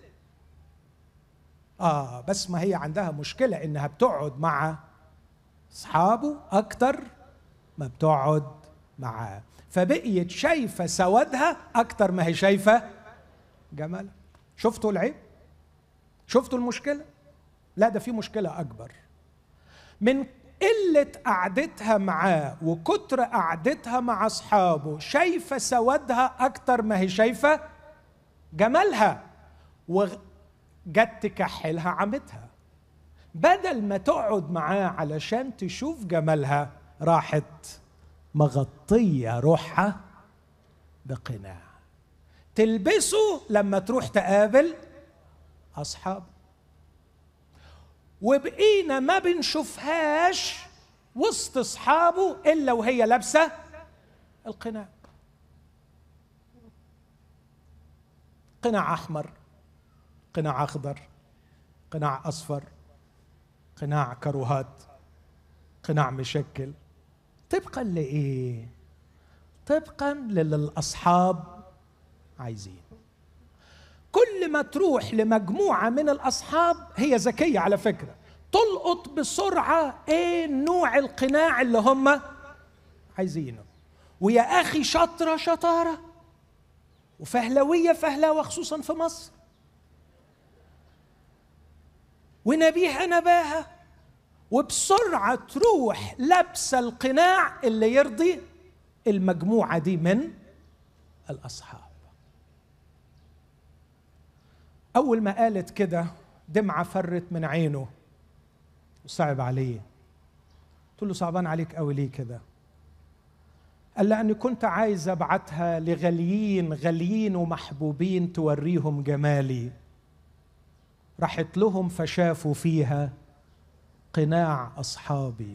بس ما هي عندها مشكلة انها بتقعد مع اصحابه اكتر ما بتقعد معاه، فبقيت شايفة سوادها اكتر ما هي شايفة جمالها. شفتوا العيب؟ شفتوا المشكلة؟ لا، ده في مشكلة اكبر من قلة قعدتها معاه وكتر قعدتها مع اصحابه، شايفة سوادها اكتر ما هي شايفة جمالها، وجت تكحلها عمتها. بدل ما تقعد معاه علشان تشوف جمالها، راحت مغطية روحها بقناع تلبسه لما تروح تقابل أصحاب، وبقينا ما بنشوفهاش وسط أصحابه إلا وهي لابسة القناع. قناع أحمر، قناع أخضر، قناع أصفر، قناع كروهات، قناع مشكل. طبقا لإيه؟ طبقا للي الأصحاب عايزين. كل ما تروح لمجموعة من الأصحاب، هي ذكية على فكرة، تلقط بسرعة إيه نوع القناع اللي هم عايزينه. ويا أخي شطرة شطارة وفهلوية فهلوة، خصوصا في مصر، ونبيها نباها، وبسرعة تروح لابسة القناع اللي يرضي المجموعة دي من الأصحاب. أول ما قالت كده دمعة فرت من عينه وصعب عليه. قلت له صعبان عليك قوي ليه كده؟ قال لأني كنت عايز أبعتها لغاليين ومحبوبين توريهم جمالي، راحت لهم فشافوا فيها قناع أصحابي.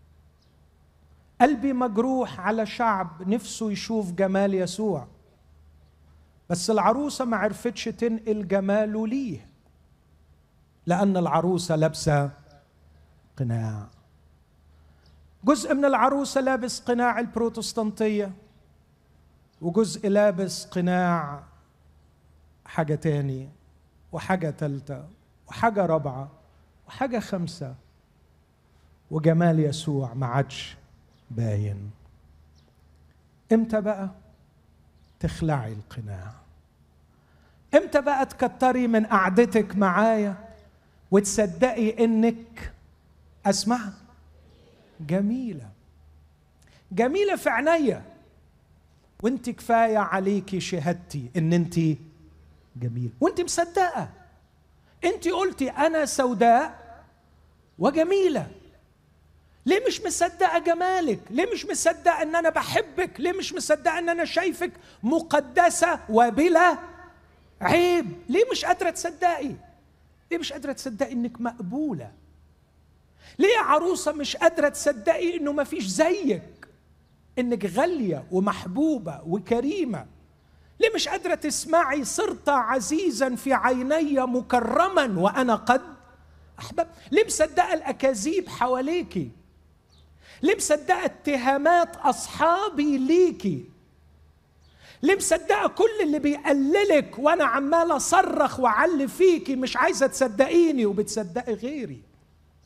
قلبي مجروح على شعب نفسه يشوف جمال يسوع، بس العروسة ما عرفتش تنقل جماله ليه، لأن العروسة لابسة قناع. جزء من العروسة لابس قناع البروتستانتية، وجزء لابس قناع حاجة تاني وحاجة تالتة وحاجة رابعة وحاجة خمسة، وجمال يسوع ما عادش باين. امتى بقى تخلعي القناع؟ امتى بقى تكتري من قعدتك معايا وتصدقي انك اسمع جميلة في عينيا، وانت كفاية عليكي شهادتي ان انت جميل، وانت مصدقة. انت قلتي انا سوداء وجميلة. ليه مش مصدقة جمالك؟ ليه مش مصدقة ان انا بحبك؟ ليه مش مصدقة ان انا شايفك مقدسة وبلا عيب؟ ليه مش قادرة تصدقي؟ ليه مش قادرة تصدقي انك مقبولة؟ ليه يا عروسة مش قادرة تصدقي انه ما فيش زيك، انك غالية ومحبوبة وكريمة؟ ليه مش قادرة تسمعي صرت عزيزا في عيني مكرما وأنا قد أحبب؟ ليه مصدقة الأكاذيب حواليكي؟ ليه مصدقة اتهامات أصحابي ليكي؟ ليه مصدقة كل اللي بيقللك وأنا عمال أصرخ وأعلي فيكي؟ مش عايزة تصدقيني وبتصدقي غيري.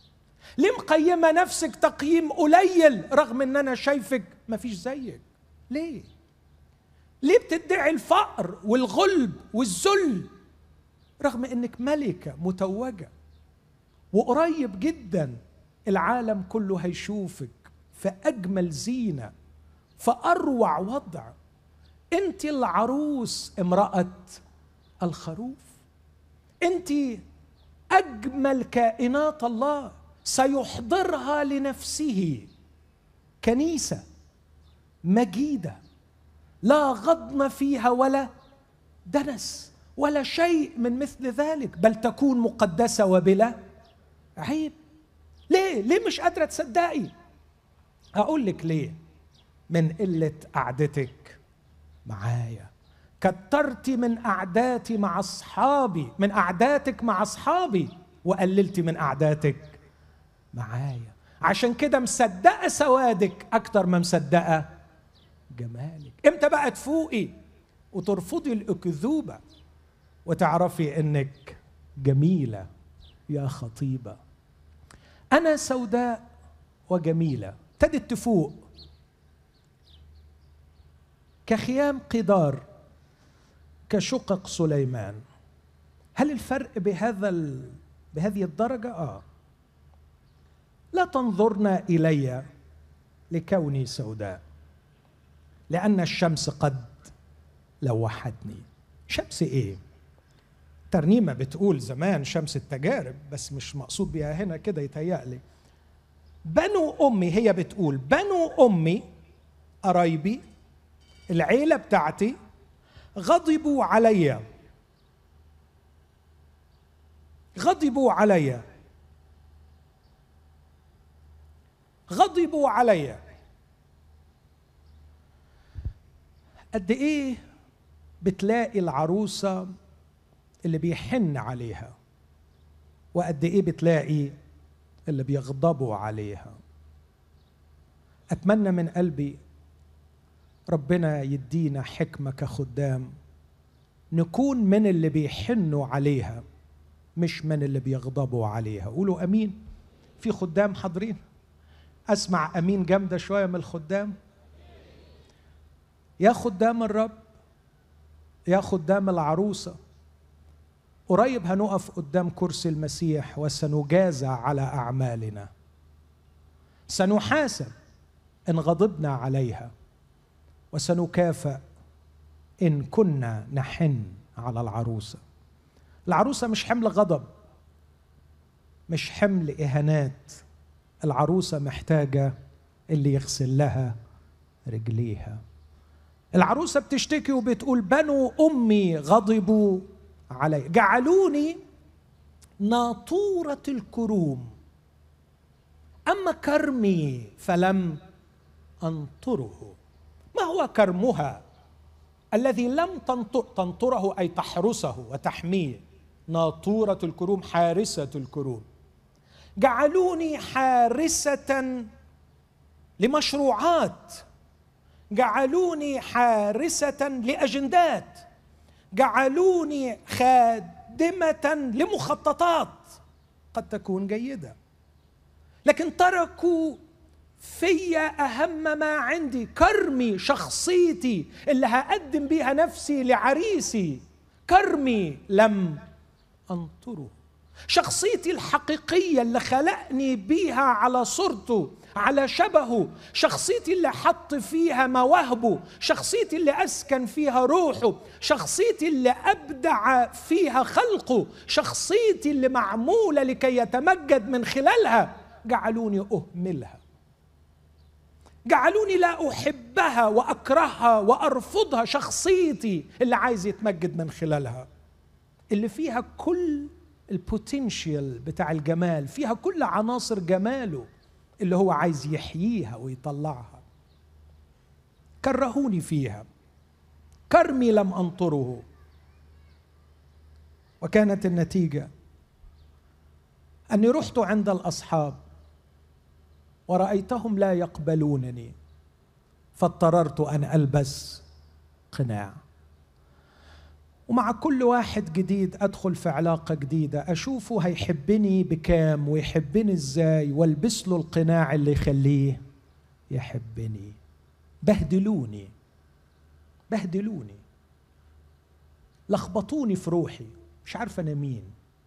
ليه مقيمة نفسك تقييم قليل رغم ان انا شايفك ما فيش زيك؟ ليه بتدعي الفقر والغلب والذل رغم انك ملكة متوجة؟ وقريب جدا العالم كله هيشوفك في اجمل زينة، في اروع وضع. انت العروس امرأة الخروف، انت اجمل كائنات الله، سيحضرها لنفسه كنيسة مجيدة لا غضن فيها ولا دنس ولا شيء من مثل ذلك، بل تكون مقدسة وبلا عيب. ليه مش قادرة تصدقي؟ أقول لك ليه. من قلة قعدتك معايا. كترتي من قعداتي مع أصحابي، من قعداتك مع أصحابي، وقللتي من قعداتك معايا. عشان كده مصدقة سوادك أكتر ما مصدقة جمالك. إمتى بقى تفوقي وترفضي الأكذوبة وتعرفي إنك جميلة يا خطيبة؟ أنا سوداء وجميلة. ابتدت تفوق كخيام قدار، كشقق سليمان. هل الفرق بهذه الدرجة؟ لا تنظرن إلي لكوني سوداء، لأن الشمس قد لوحتني. شمس إيه؟ ترنيمة بتقول زمان شمس التجارب، بس مش مقصود بها هنا كده يتهيألي. بنو أمي، هي بتقول بنو أمي قرايبي العيلة بتاعتي غضبوا علي، غضبوا علي، غضبوا علي. قد ايه بتلاقي العروسة اللي بيحن عليها، وقد ايه بتلاقي اللي بيغضبوا عليها. أتمنى من قلبي ربنا يدينا حكمة كخدام، نكون من اللي بيحنوا عليها مش من اللي بيغضبوا عليها. قولوا أمين. في خدام حاضرين؟ أسمع أمين جامدة شوية من الخدام. يا خدام الرب، يا خدام العروسة، قريب هنقف قدام كرسي المسيح وسنجازى على أعمالنا، سنحاسب إن غضبنا عليها، وسنكافئ إن كنا نحن على العروسة. العروسة مش حمل غضب، مش حمل إهانات. العروسة محتاجة اللي يغسل لها رجليها. العروسة بتشتكي وبتقول بنو أمي غضبوا علي، جعلوني ناطورة الكروم، أما كرمي فلم أنطره. ما هو كرمها الذي لم تنطره؟ أي تحرسه وتحميه. ناطورة الكروم، حارسة الكروم. جعلوني حارسة لمشروعات، جعلوني حارسة لأجندات، جعلوني خادمة لمخططات قد تكون جيدة، لكن تركوا في أهم ما عندي، كرمي، شخصيتي اللي هقدم بيها نفسي لعريسي. كرمي لم أنطره، شخصيتي الحقيقية اللي خلقني بيها على صورته، على شبهه، شخصيتي اللي حط فيها مواهبه، شخصيتي اللي أسكن فيها روحه، شخصيتي اللي أبدع فيها خلقه، شخصيتي اللي معمولة لكي يتمجد من خلالها. جعلوني أهملها، جعلوني لا أحبها وأكرهها وأرفضها. شخصيتي اللي عايز يتمجد من خلالها، اللي فيها كل البوتنشيال بتاع الجمال، فيها كل عناصر جماله اللي هو عايز يحييها ويطلعها. كرهوني فيها، كرمي لم أنطره. وكانت النتيجة أني رحت عند الأصحاب ورأيتهم لا يقبلونني، فاضطررت أن ألبس قناع. ومع كل واحد جديد أدخل في علاقة جديدة أشوفه هيحبني بكام ويحبني إزاي، والبس له القناع اللي يخليه يحبني. بهدلوني لخبطوني في روحي، مش عارف أنا مين.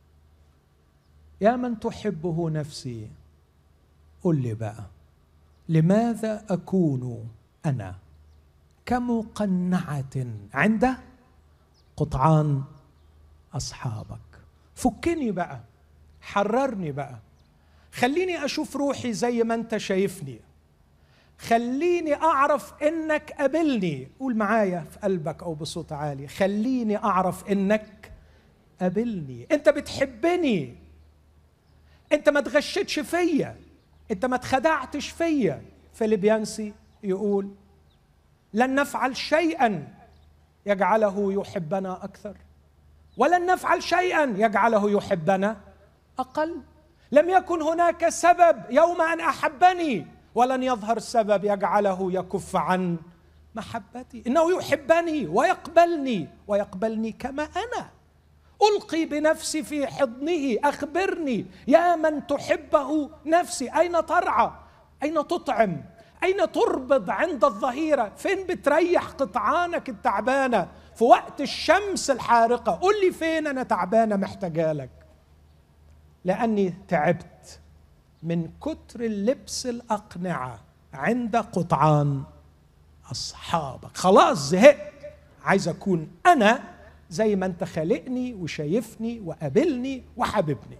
يا من تحبه نفسي قل لي بقى، لماذا أكون أنا كمقنعة عند قطعان أصحابك؟ فكني بقى، حررني بقى، خليني أشوف روحي زي ما أنت شايفني، خليني أعرف إنك قابلني. قول معايا في قلبك أو بصوت عالي، خليني أعرف إنك قابلني، أنت بتحبني، أنت ما تغشتش فيا، أنت ما تخدعتش فيا. فيليبيانسي يقول لن نفعل شيئا يجعله يحبنا أكثر، ولن نفعل شيئا يجعله يحبنا أقل. لم يكن هناك سبب يوم أن أحبني، ولن يظهر سبب يجعله يكف عن محبتي. إنه يحبني ويقبلني كما أنا، ألقي بنفسي في حضنه. أخبرني يا من تحبه نفسي، أين ترعى؟ أين تطعم؟ أين تربض عند الظهيرة؟ فين بتريح قطعانك التعبانة في وقت الشمس الحارقة؟ قل لي فين أنا تعبانة محتاجالك، لأني تعبت من كتر اللبس الأقنعة عند قطعان أصحابك. خلاص زهقت، عايز أكون أنا زي ما أنت خالقني وشايفني وقابلني وحببني.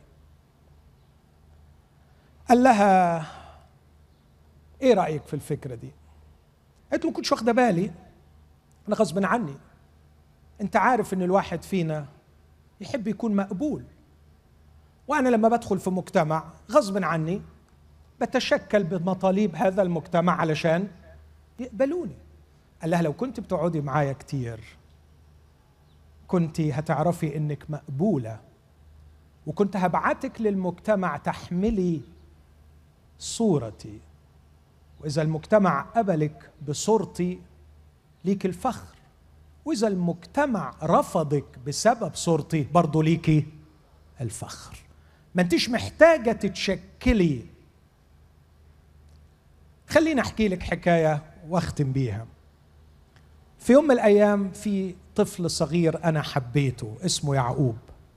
قال لها إيه رأيك في الفكرة دي؟ قلت له ما كنتش واخدة بالي، أنا غصب عني. أنت عارف إن الواحد فينا يحب يكون مقبول، وأنا لما بدخل في مجتمع غصب عني بتشكل بمطالب هذا المجتمع علشان يقبلوني. قال لها لو كنت بتقعدي معايا كتير كنت هتعرفي إنك مقبولة، وكنت هبعتك للمجتمع تحملي صورتي، وإذا المجتمع قبلك بصورتي ليك الفخر، وإذا المجتمع رفضك بسبب صورتي برضو ليكي الفخر. ما انتش محتاجة تتشكلي. خليني أحكي لك حكاية واختم بيها. في يوم من الأيام في طفل صغير أنا حبيته اسمه يعقوب،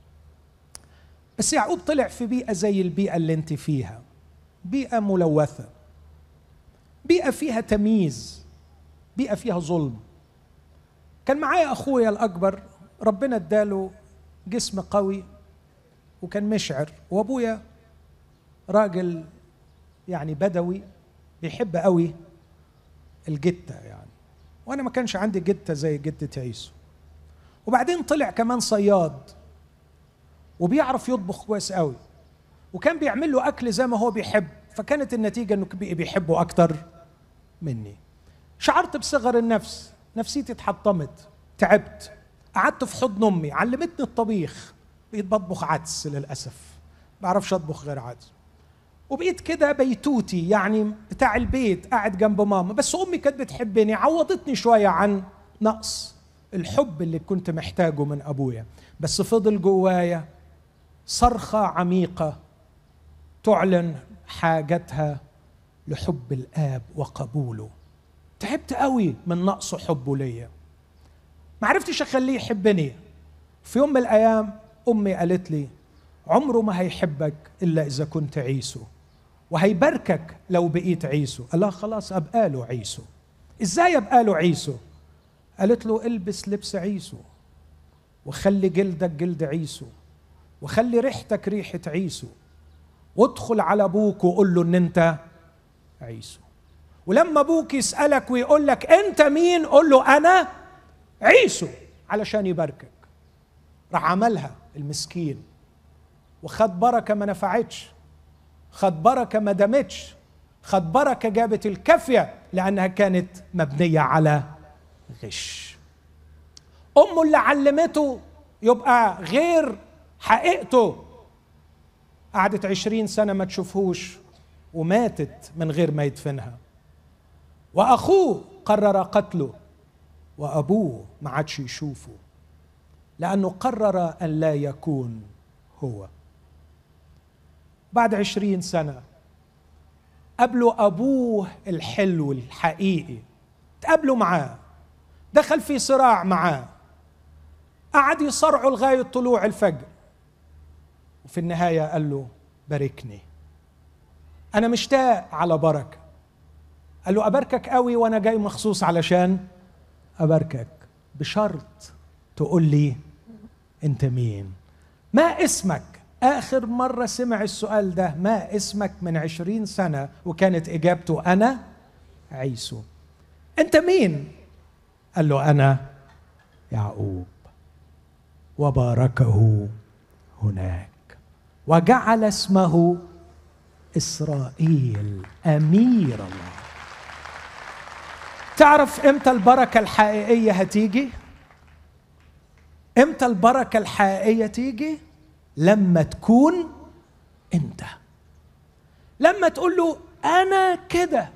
بس يعقوب طلع في بيئة زي البيئة اللي انت فيها، بيئة ملوثة، بيئة فيها تمييز، بيئة فيها ظلم. كان معايا أخويا الأكبر، ربنا اداله جسم قوي وكان مشعر، وأبويا راجل يعني بدوي بيحب قوي الجتة يعني، وأنا ما كانش عندي جتة زي جتة عيسو. وبعدين طلع كمان صياد وبيعرف يطبخ كويس قوي، وكان بيعمل له أكل زي ما هو بيحب، فكانت النتيجة أنه بيحبه أكتر مني. شعرت بصغر النفس، نفسيتي اتحطمت، تعبت. قعدت في حضن أمي، علمتني الطبيخ، بقيت بطبخ عدس للأسف، بعرفش أطبخ غير عدس، وبقيت كده بيتوتي يعني بتاع البيت، قاعد جنب ماما. بس أمي كانت بتحبني، عوضتني شوية عن نقص الحب اللي كنت محتاجه من أبويا. بس فضل جوايا صرخة عميقة تعلن حاجتها لحب الآب وقبوله. تعبت قوي من نقص حبه ليا، ما عرفتش أخليه يحبني. في يوم من الأيام أمي قالت لي عمره ما هيحبك إلا إذا كنت عيسو، وهيباركك لو بقيت عيسو. قال لها خلاص أبقى له عيسو. إزاي أبقى له عيسو؟ قالت له البس لبس عيسو، وخلي جلدك جلد عيسو، وخلي ريحتك ريحة عيسو، وادخل على أبوك وقول له إن أنت عيسو. ولما أبوك يسألك ويقول لك أنت مين، قول له أنا عيسو، علشان يباركك. راح عملها المسكين وخد بركة ما نفعتش، خد بركة ما دامتش، خد بركة جابت الكافية، لأنها كانت مبنية على غش. أمه اللي علمته يبقى غير حقيقته، قعدت 20 سنة ما تشوفهوش وماتت من غير ما يدفنها. وأخوه قرر قتله، وأبوه ما عادش يشوفه. لأنه قرر أن لا يكون هو. بعد 20 سنة قابلوا أبوه الحلو الحقيقي، تقابلوا معاه، دخل في صراع معاه، قعد يصرعه لغاية طلوع الفجر، وفي النهاية قال له باركني، أنا مشتاق على بركة. قال له أباركك قوي وأنا جاي مخصوص علشان أباركك، بشرط تقول لي أنت مين، ما اسمك. آخر مرة سمع السؤال ده، ما اسمك، من 20 سنة، وكانت إجابته أنا عيسو. أنت مين؟ قال له أنا يعقوب، وباركه هناك وجعل اسمه إسرائيل، أمير الله. تعرف إمتى البركة الحقيقية هتيجي؟ إمتى البركة الحقيقية تيجي؟ لما تكون أنت، لما تقول له أنا كده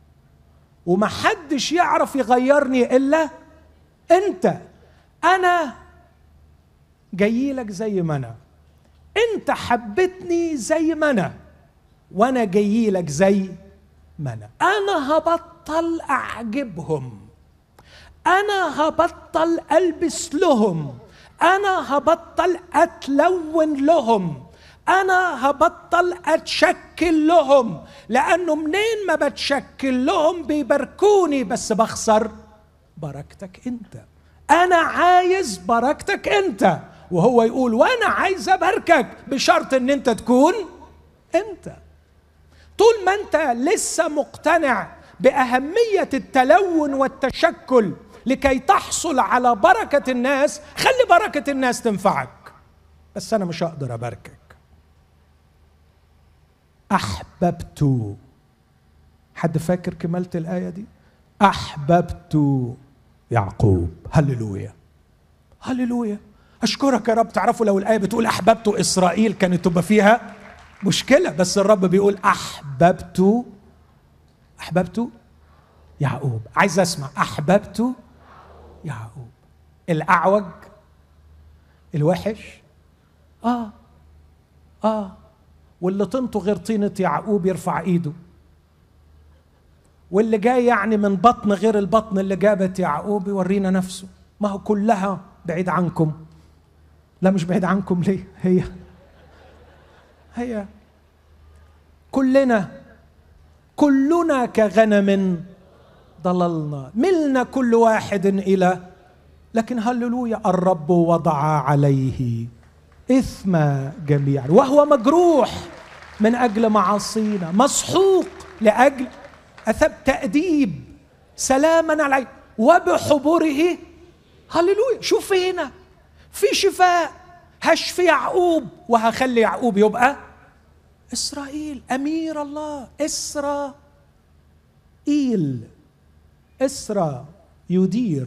ومحدش يعرف يغيرني إلا أنت. أنا جاي لك زي ما أنا، أنت حبتني زي ما أنا، وأنا جاي لك زي ما أنا هبطل أعجبهم، أنا هبطل ألبس لهم، أنا هبطل أتلون لهم، أنا هبطل أتشكل لهم، لأنه منين ما بتشكل لهم بيباركوني، بس بخسر بركتك أنت. أنا عايز بركتك أنت، وهو يقول وأنا عايز أباركك بشرط أن أنت تكون أنت. طول ما أنت لسه مقتنع بأهمية التلون والتشكل لكي تحصل على بركة الناس، خلي بركة الناس تنفعك، بس أنا مش هقدر أباركك. أحببت، حد فاكر كمالة الآية دي؟ أحببت يعقوب. هللويا هللويا، أشكرك يا رب. تعرفوا لو الآية بتقول أحببت إسرائيل كانت تبقى فيها مشكلة، بس الرب بيقول أحببت يعقوب. عايز أسمع أحببت يعقوب. الأعوج، الوحش، واللي طينته غير طينة يعقوب يرفع إيده، واللي جاي يعني من بطن غير البطن اللي جابت يعقوب يورينا نفسه. ما هو كلها بعيد عنكم. لا مش بعيد عنكم، ليه؟ هي كلنا كغنم ضللنا، ملنا كل واحد إلى، لكن هللويا الرب وضع عليه إثم جميعا، وهو مجروح من أجل معاصينا، مسحوق لأجل أثب تأديب، سلاما عليه، وبحبره. هللويا. شوف هنا في شفاء، هشفي يعقوب وهخلي يعقوب يبقى إسرائيل، أمير الله. إسرا يدير،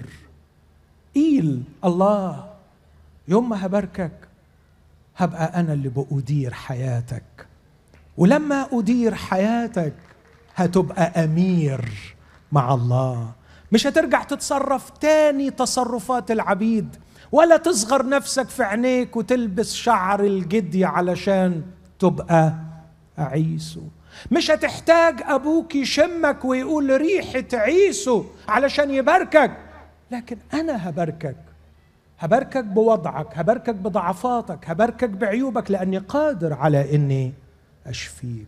الله. يوم ما هباركك هبقى أنا اللي بأدير حياتك، ولما أدير حياتك هتبقى أمير مع الله. مش هترجع تتصرف تاني تصرفات العبيد، ولا تصغر نفسك في عينيك وتلبس شعر الجدي علشان تبقى عيسو. مش هتحتاج أبوك يشمك ويقول ريحة عيسو علشان يباركك، لكن أنا هباركك بوضعك، هباركك بضعفاتك، هباركك بعيوبك، لأني قادر على أني أشفيك.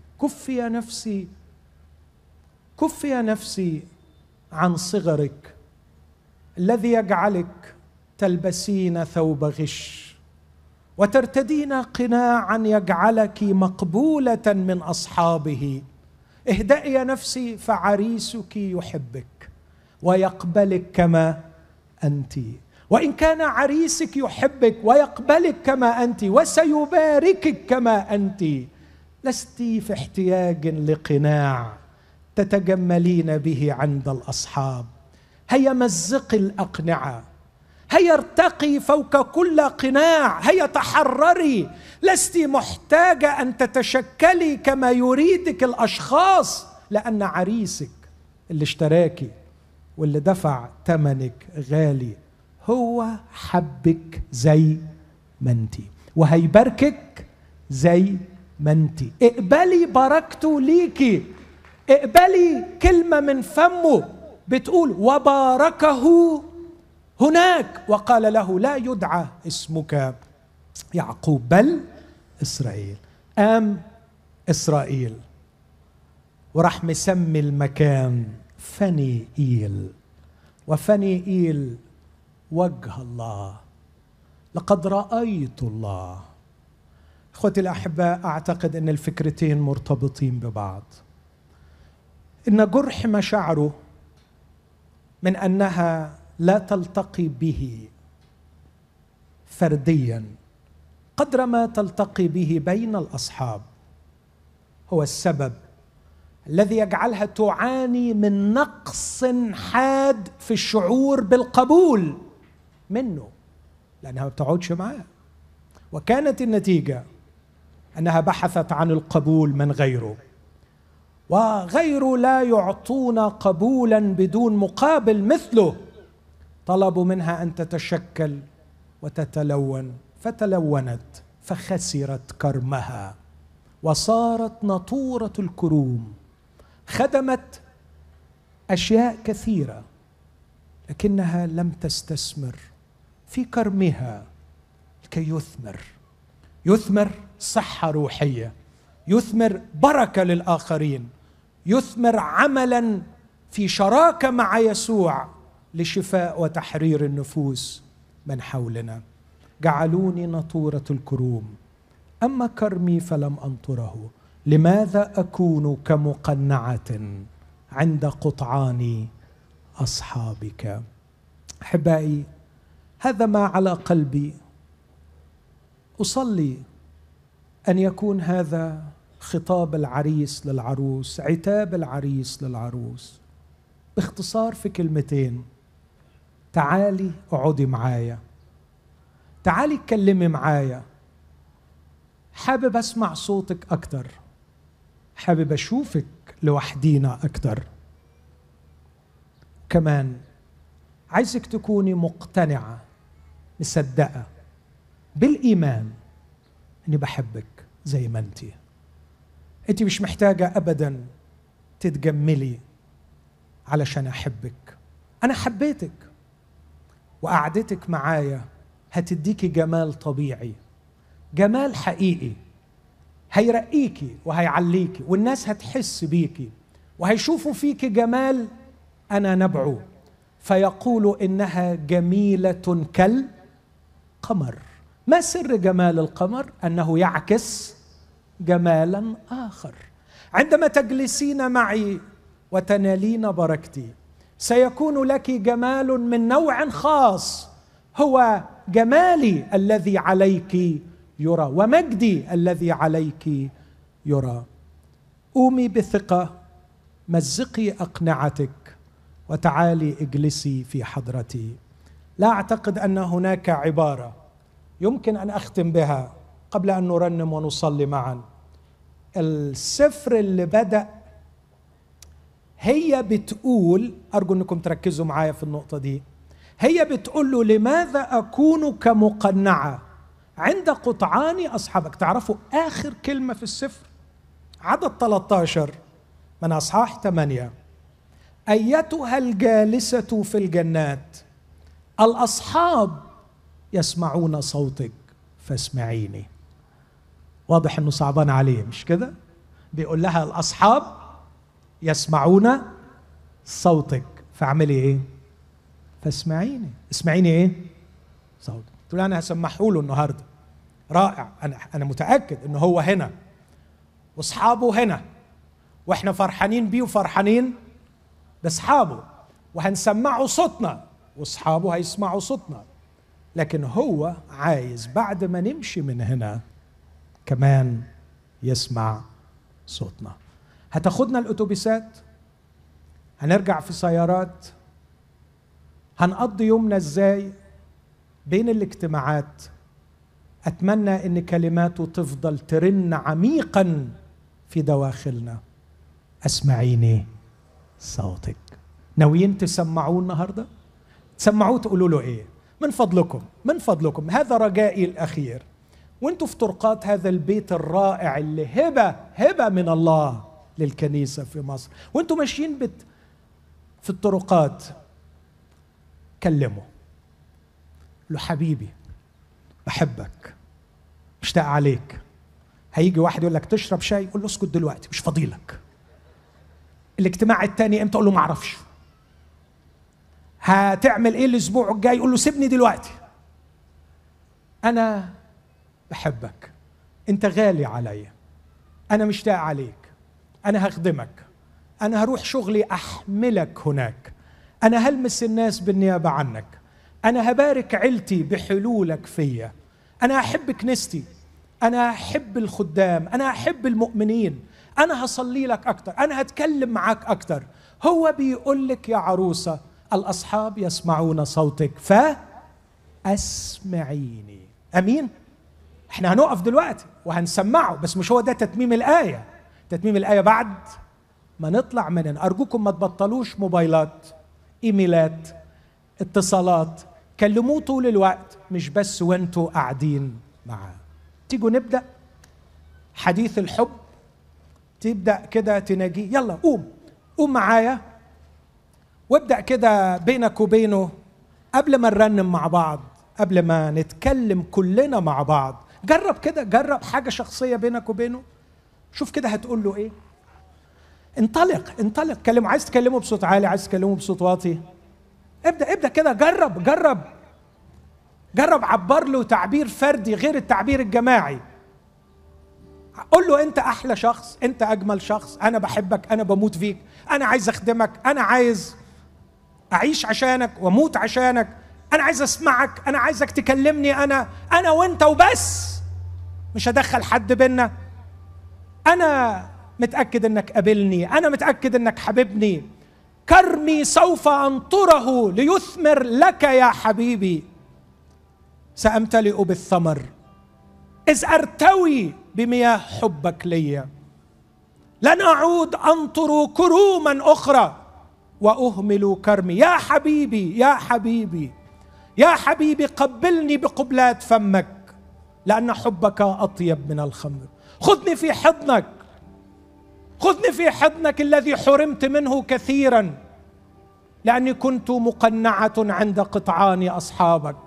كفي يا نفسي عن صغرك الذي يجعلك تلبسين ثوب غش وترتدين قناعا يجعلك مقبولة من أصحابه. اهدئي يا نفسي، فعريسك يحبك ويقبلك كما أنت. وإن كان عريسك يحبك ويقبلك كما أنت وسيباركك كما أنت، لست في احتياج لقناع تتجملين به عند الأصحاب. هيا مزقي الأقنعة، هيا ارتقي فوق كل قناع، هيا تحرري. لست محتاجة أن تتشكلي كما يريدك الأشخاص، لأن عريسك اللي اشتراكي واللي دفع ثمنك غالي هو حبك زي ما انتي وهيباركك زي ما انتي. اقبلي بركته ليكي، اقبلي كلمة من فمه بتقول وباركه هناك وقال له لا يدعى اسمك يعقوب بل إسرائيل. قام إسرائيل وراح مسمي المكان فنيئيل، وفنيئيل وجه الله، لقد رأيت الله. اخوتي الأحباء، أعتقد أن الفكرتين مرتبطين ببعض. إن جرح مشاعره من أنها لا تلتقي به فرديا قدر ما تلتقي به بين الأصحاب هو السبب الذي يجعلها تعاني من نقص حاد في الشعور بالقبول منه، لأنها ما بتقعدش معاه. وكانت النتيجة أنها بحثت عن القبول من غيره، وغيره لا يعطون قبولا بدون مقابل مثله. طلبوا منها أن تتشكل وتتلون، فتلونت فخسرت كرمها وصارت نطورة الكروم. خدمت أشياء كثيرة لكنها لم تستثمر في كرمها لكي يثمر صحة روحية، يثمر بركة للآخرين، يثمر عملا في شراكة مع يسوع لشفاء وتحرير النفوس من حولنا. جعلوني نطورة الكروم أما كرمي فلم أنطره. لماذا أكون كمقنعة عند قطعان أصحابك؟ أحبائي، هذا ما على قلبي. أصلي أن يكون هذا خطاب العريس للعروس، عتاب العريس للعروس. باختصار في كلمتين: تعالي اقعدي معايا، تعالي اتكلمي معايا، حابب أسمع صوتك أكتر، حابب أشوفك لوحدينا أكتر. كمان عايزك تكوني مقتنعة مصدقة بالإيمان أني بحبك زي ما أنت مش محتاجة أبدا تتجملي علشان أحبك. أنا حبيتك، وقعدتك معايا هتديكي جمال طبيعي، جمال حقيقي هيرقيكي وهيعليكي، والناس هتحس بيكي وهيشوفوا فيكي جمال أنا نبعه، فيقولوا إنها جميلة كالقمر. ما سر جمال القمر؟ أنه يعكس جمالا آخر. عندما تجلسين معي وتنالين بركتي سيكون لك جمال من نوع خاص، هو جمالي الذي عليك يرى ومجدي الذي عليك يرى. قومي بثقة، مزقي أقنعتك وتعالي اجلسي في حضرتي. لا أعتقد أن هناك عبارة يمكن أن أختم بها قبل أن نرنم ونصلي معا. السفر اللي بدأ هي بتقول، أرجو أنكم تركزوا معايا في النقطة دي، هي بتقول له لماذا أكون كمقنعة عند قطعان أصحابك. تعرفوا آخر كلمة في السفر عدد 13 من أصحاح 8: أيتها الجالسة في الجنات الأصحاب يسمعون صوتك فاسمعيني. واضح أنه صعبان عليه، مش كده؟ بيقول لها الأصحاب يسمعون صوتك فاعملي إيه؟ فاسمعيني. اسمعيني إيه؟ صوتك. تقول أنا هسمحه له النهاردة. رائع، أنا متأكد أنه هو هنا وأصحابه هنا، وإحنا فرحانين بيه وفرحانين بأصحابه، وهنسمعه صوتنا وأصحابه هيسمعوا صوتنا. لكن هو عايز بعد ما نمشي من هنا كمان يسمع صوتنا. هتاخدنا الأتوبيسات، هنرجع في سيارات، هنقضي يومنا إزاي بين الاجتماعات. أتمنى أن كلماته تفضل ترن عميقا في دواخلنا: أسمعيني صوتك. ناويين تسمعوه النهاردة؟ تسمعوه تقولوا له إيه؟ من فضلكم هذا رجائي الأخير، وانتوا في طرقات هذا البيت الرائع اللي هبة من الله للكنيسة في مصر، وانتوا ماشيين في الطرقات، كلموا له حبيبي بحبك مشتاق عليك. هيجي واحد يقول لك تشرب شاي، قول له اسكت دلوقتي مش فاضيلك. الاجتماع التاني امتى؟ قول له معرفش. هتعمل ايه الاسبوع الجاي؟ قول له سيبني دلوقتي. انا بحبك، انت غالي عليا، انا مشتاق عليك، انا هخدمك، انا هروح شغلي احملك هناك، انا هلمس الناس بالنيابة عنك، انا هبارك عيلتي بحلولك فيا، انا احب كنيستي، انا احب الخدام، انا احب المؤمنين، انا هصلي لك اكتر، انا هتكلم معاك اكتر. هو بيقول لك يا عروسة الاصحاب يسمعون صوتك فاسمعيني. امين. احنا هنقف دلوقتي وهنسمعه، بس مش هو ده تتميم الآية. تتميم الآية بعد ما نطلع مننا. أرجوكم ما تبطلوش موبايلات، إيميلات، اتصالات، كلموه طول الوقت، مش بس وانتوا قاعدين معاه. تيجوا نبدأ حديث الحب، تبدأ كده تناجيه. يلا قوم معايا وابدأ كده بينك وبينه قبل ما نرنم مع بعض، قبل ما نتكلم كلنا مع بعض. جرب كده، جرب حاجة شخصية بينك وبينه، شوف كده هتقول له ايه. انطلق كلمه. عايز تكلمه بصوت عالي، عايز تكلمه بصوت واطي، ابدأ كده. جرب عبر له تعبير فردي غير التعبير الجماعي. قول له انت احلى شخص، انت اجمل شخص، انا بحبك، انا بموت فيك، انا عايز اخدمك، انا عايز اعيش عشانك واموت عشانك، انا عايز اسمعك، انا عايزك تكلمني، انا وانت وبس، مش هدخل حد بينا. انا متأكد انك قابلني، انا متأكد انك حبيبني. كرمي سوف انطره ليثمر لك يا حبيبي، سأمتلئ بالثمر إذ أرتوي بمياه حبك لي. لن أعود أنطر كروما أخرى وأهمل كرمي. يا حبيبي يا حبيبي يا حبيبي، قبلني بقبلات فمك لأن حبك أطيب من الخمر. خذني في حضنك، خذني في حضنك الذي حرمت منه كثيرا لأني كنت مقنعة عند قطعان أصحابك.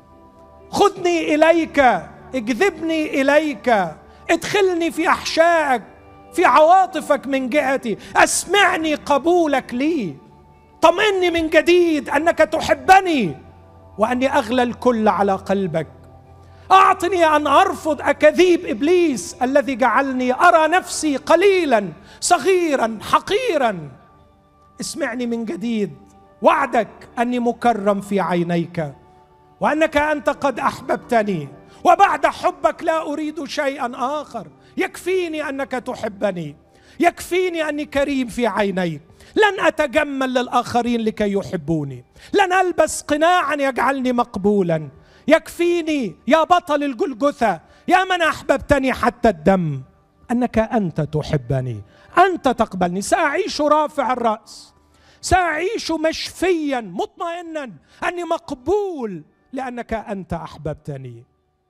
خذني إليك، اجذبني إليك، ادخلني في أحشائك، في عواطفك من جهتي، أسمعني قبولك لي، طمئني من جديد أنك تحبني وأني أغلى الكل على قلبك. أعطني أن أرفض أكاذيب إبليس الذي جعلني أرى نفسي قليلا صغيرا حقيرا. اسمعني من جديد، وعدك أني مكرم في عينيك وأنك أنت قد أحببتني، وبعد حبك لا أريد شيئا آخر. يكفيني أنك تحبني، يكفيني أني كريم في عينيك. لن أتجمل للآخرين لكي يحبوني، لن ألبس قناعا يجعلني مقبولا. يكفيني يا بطل الجلجثة، يا من أحببتني حتى الدم، أنك أنت تحبني، أنت تقبلني. سأعيش رافع الرأس، سأعيش مشفيا مطمئنا أني مقبول لأنك أنت أحببتني.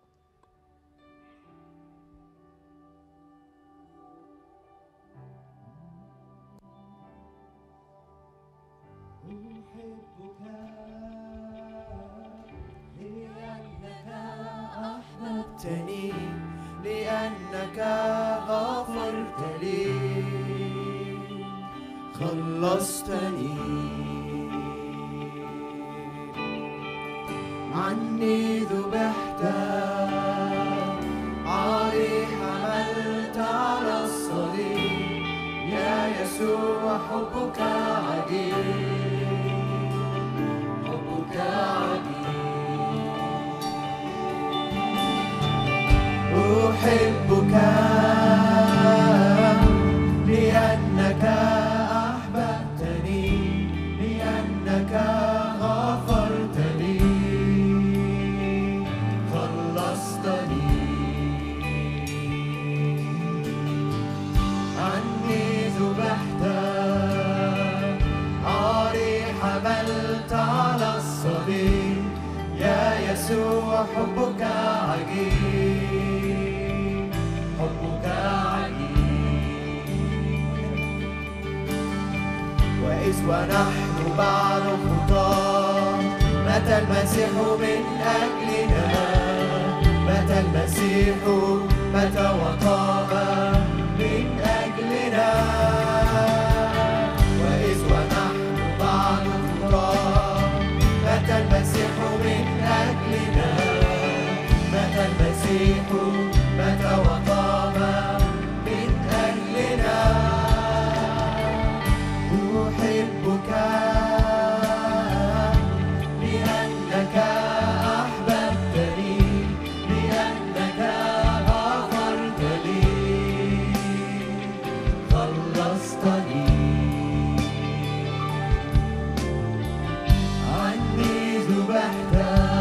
لأنك غفرت لي، خلصتني عني، ذبحت عاري حملت على الصليب. يا يسوع حبك عجيب، حبك عجيب. أحبك لأنك أحببتني، لأنك غفرت لي، خلصتني عني، ذبحت عاري حملت على الصليب. يا يسوع حبك عجيب، حبك عجيب. وإذ ونحن بعد خطاة مات المسيح من أجلنا، مات المسيح مات وقام من أجلنا. وإذ ونحن بعد خطاة مات المسيح من أجلنا، مات المسيح مات وقام من أجلنا. أحبك لأنك أحببتني، لأنك غفرت لي، خلصتني عني ذبحت،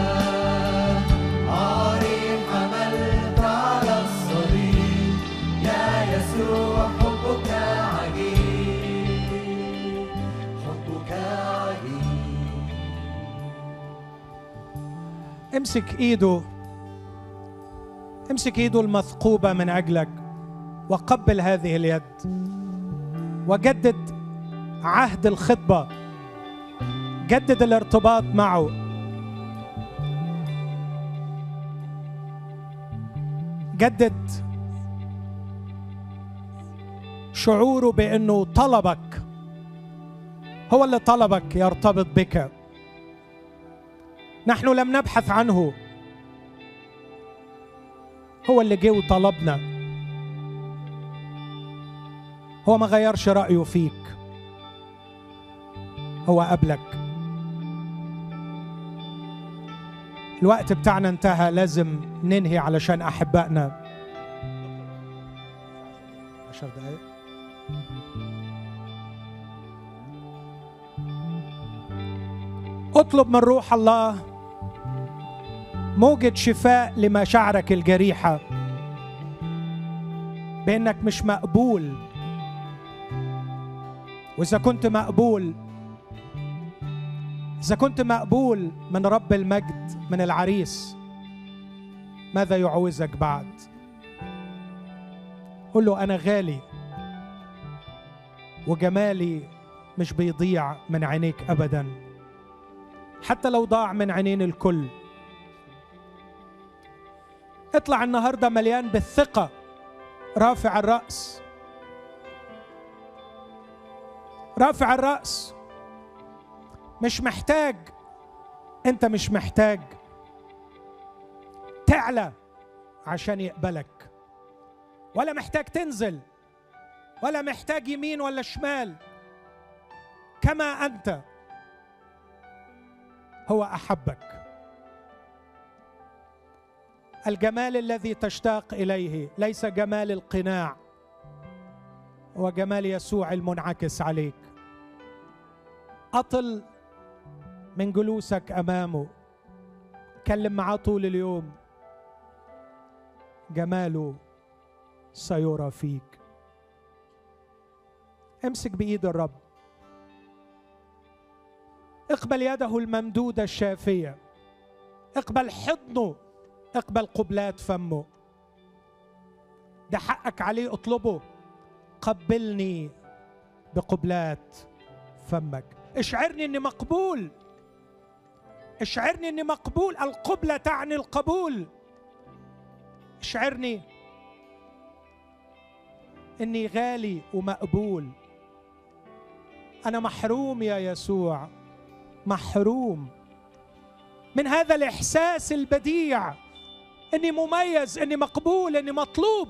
عاري حملت على الصليب. يا يسوع حبك عجيب، حبك عجيب. امسك ايده، امسك ايده المثقوبة من أجلك وقبل هذه اليد وجدد عهد الخطبة، جدد الارتباط معه. جدد شعوره بأنه طلبك، هو اللي طلبك يرتبط بك. نحن لم نبحث عنه، هو اللي جه وطلبنا. هو ما غيرش رأيه فيك، هو قبلك. الوقت بتاعنا انتهى، لازم ننهي علشان أحبائنا. 10 دقايق. اطلب من روح الله موجة شفاء لمشاعرك الجريحة، بأنك مش مقبول. وإذا كنت مقبول، إذا كنت مقبول من رب المجد، من العريس، ماذا يعوزك بعد؟ قل له أنا غالي وجمالي مش بيضيع من عينيك أبدا، حتى لو ضاع من عينين الكل. اطلع النهاردة مليان بالثقة، رافع الرأس، رافع الرأس. مش محتاج، انت مش محتاج تعلى عشان يقبلك، ولا محتاج تنزل، ولا محتاج يمين ولا شمال. كما أنت هو أحبك. الجمال الذي تشتاق إليه ليس جمال القناع، هو جمال يسوع المنعكس عليك. أطل من جلوسك أمامه، كلم معاه طول اليوم، جماله سيرى فيك. امسك بإيد الرب، اقبل يده الممدودة الشافية، اقبل حضنه، اقبل قبلات فمه. ده حقك عليه، اطلبه. قبلني بقبلات فمك، اشعرني اني مقبول، اشعرني اني مقبول. القبلة تعني القبول. اشعرني اني غالي ومقبول. انا محروم يا يسوع، محروم من هذا الإحساس البديع اني مميز، اني مقبول، اني مطلوب.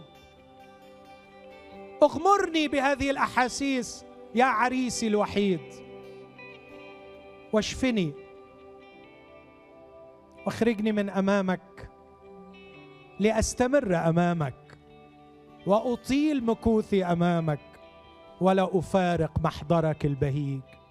اغمرني بهذه الأحاسيس يا عريسي الوحيد، واشفني واخرجني من أمامك لأستمر أمامك وأطيل مكوثي أمامك ولا أفارق محضرك البهيج.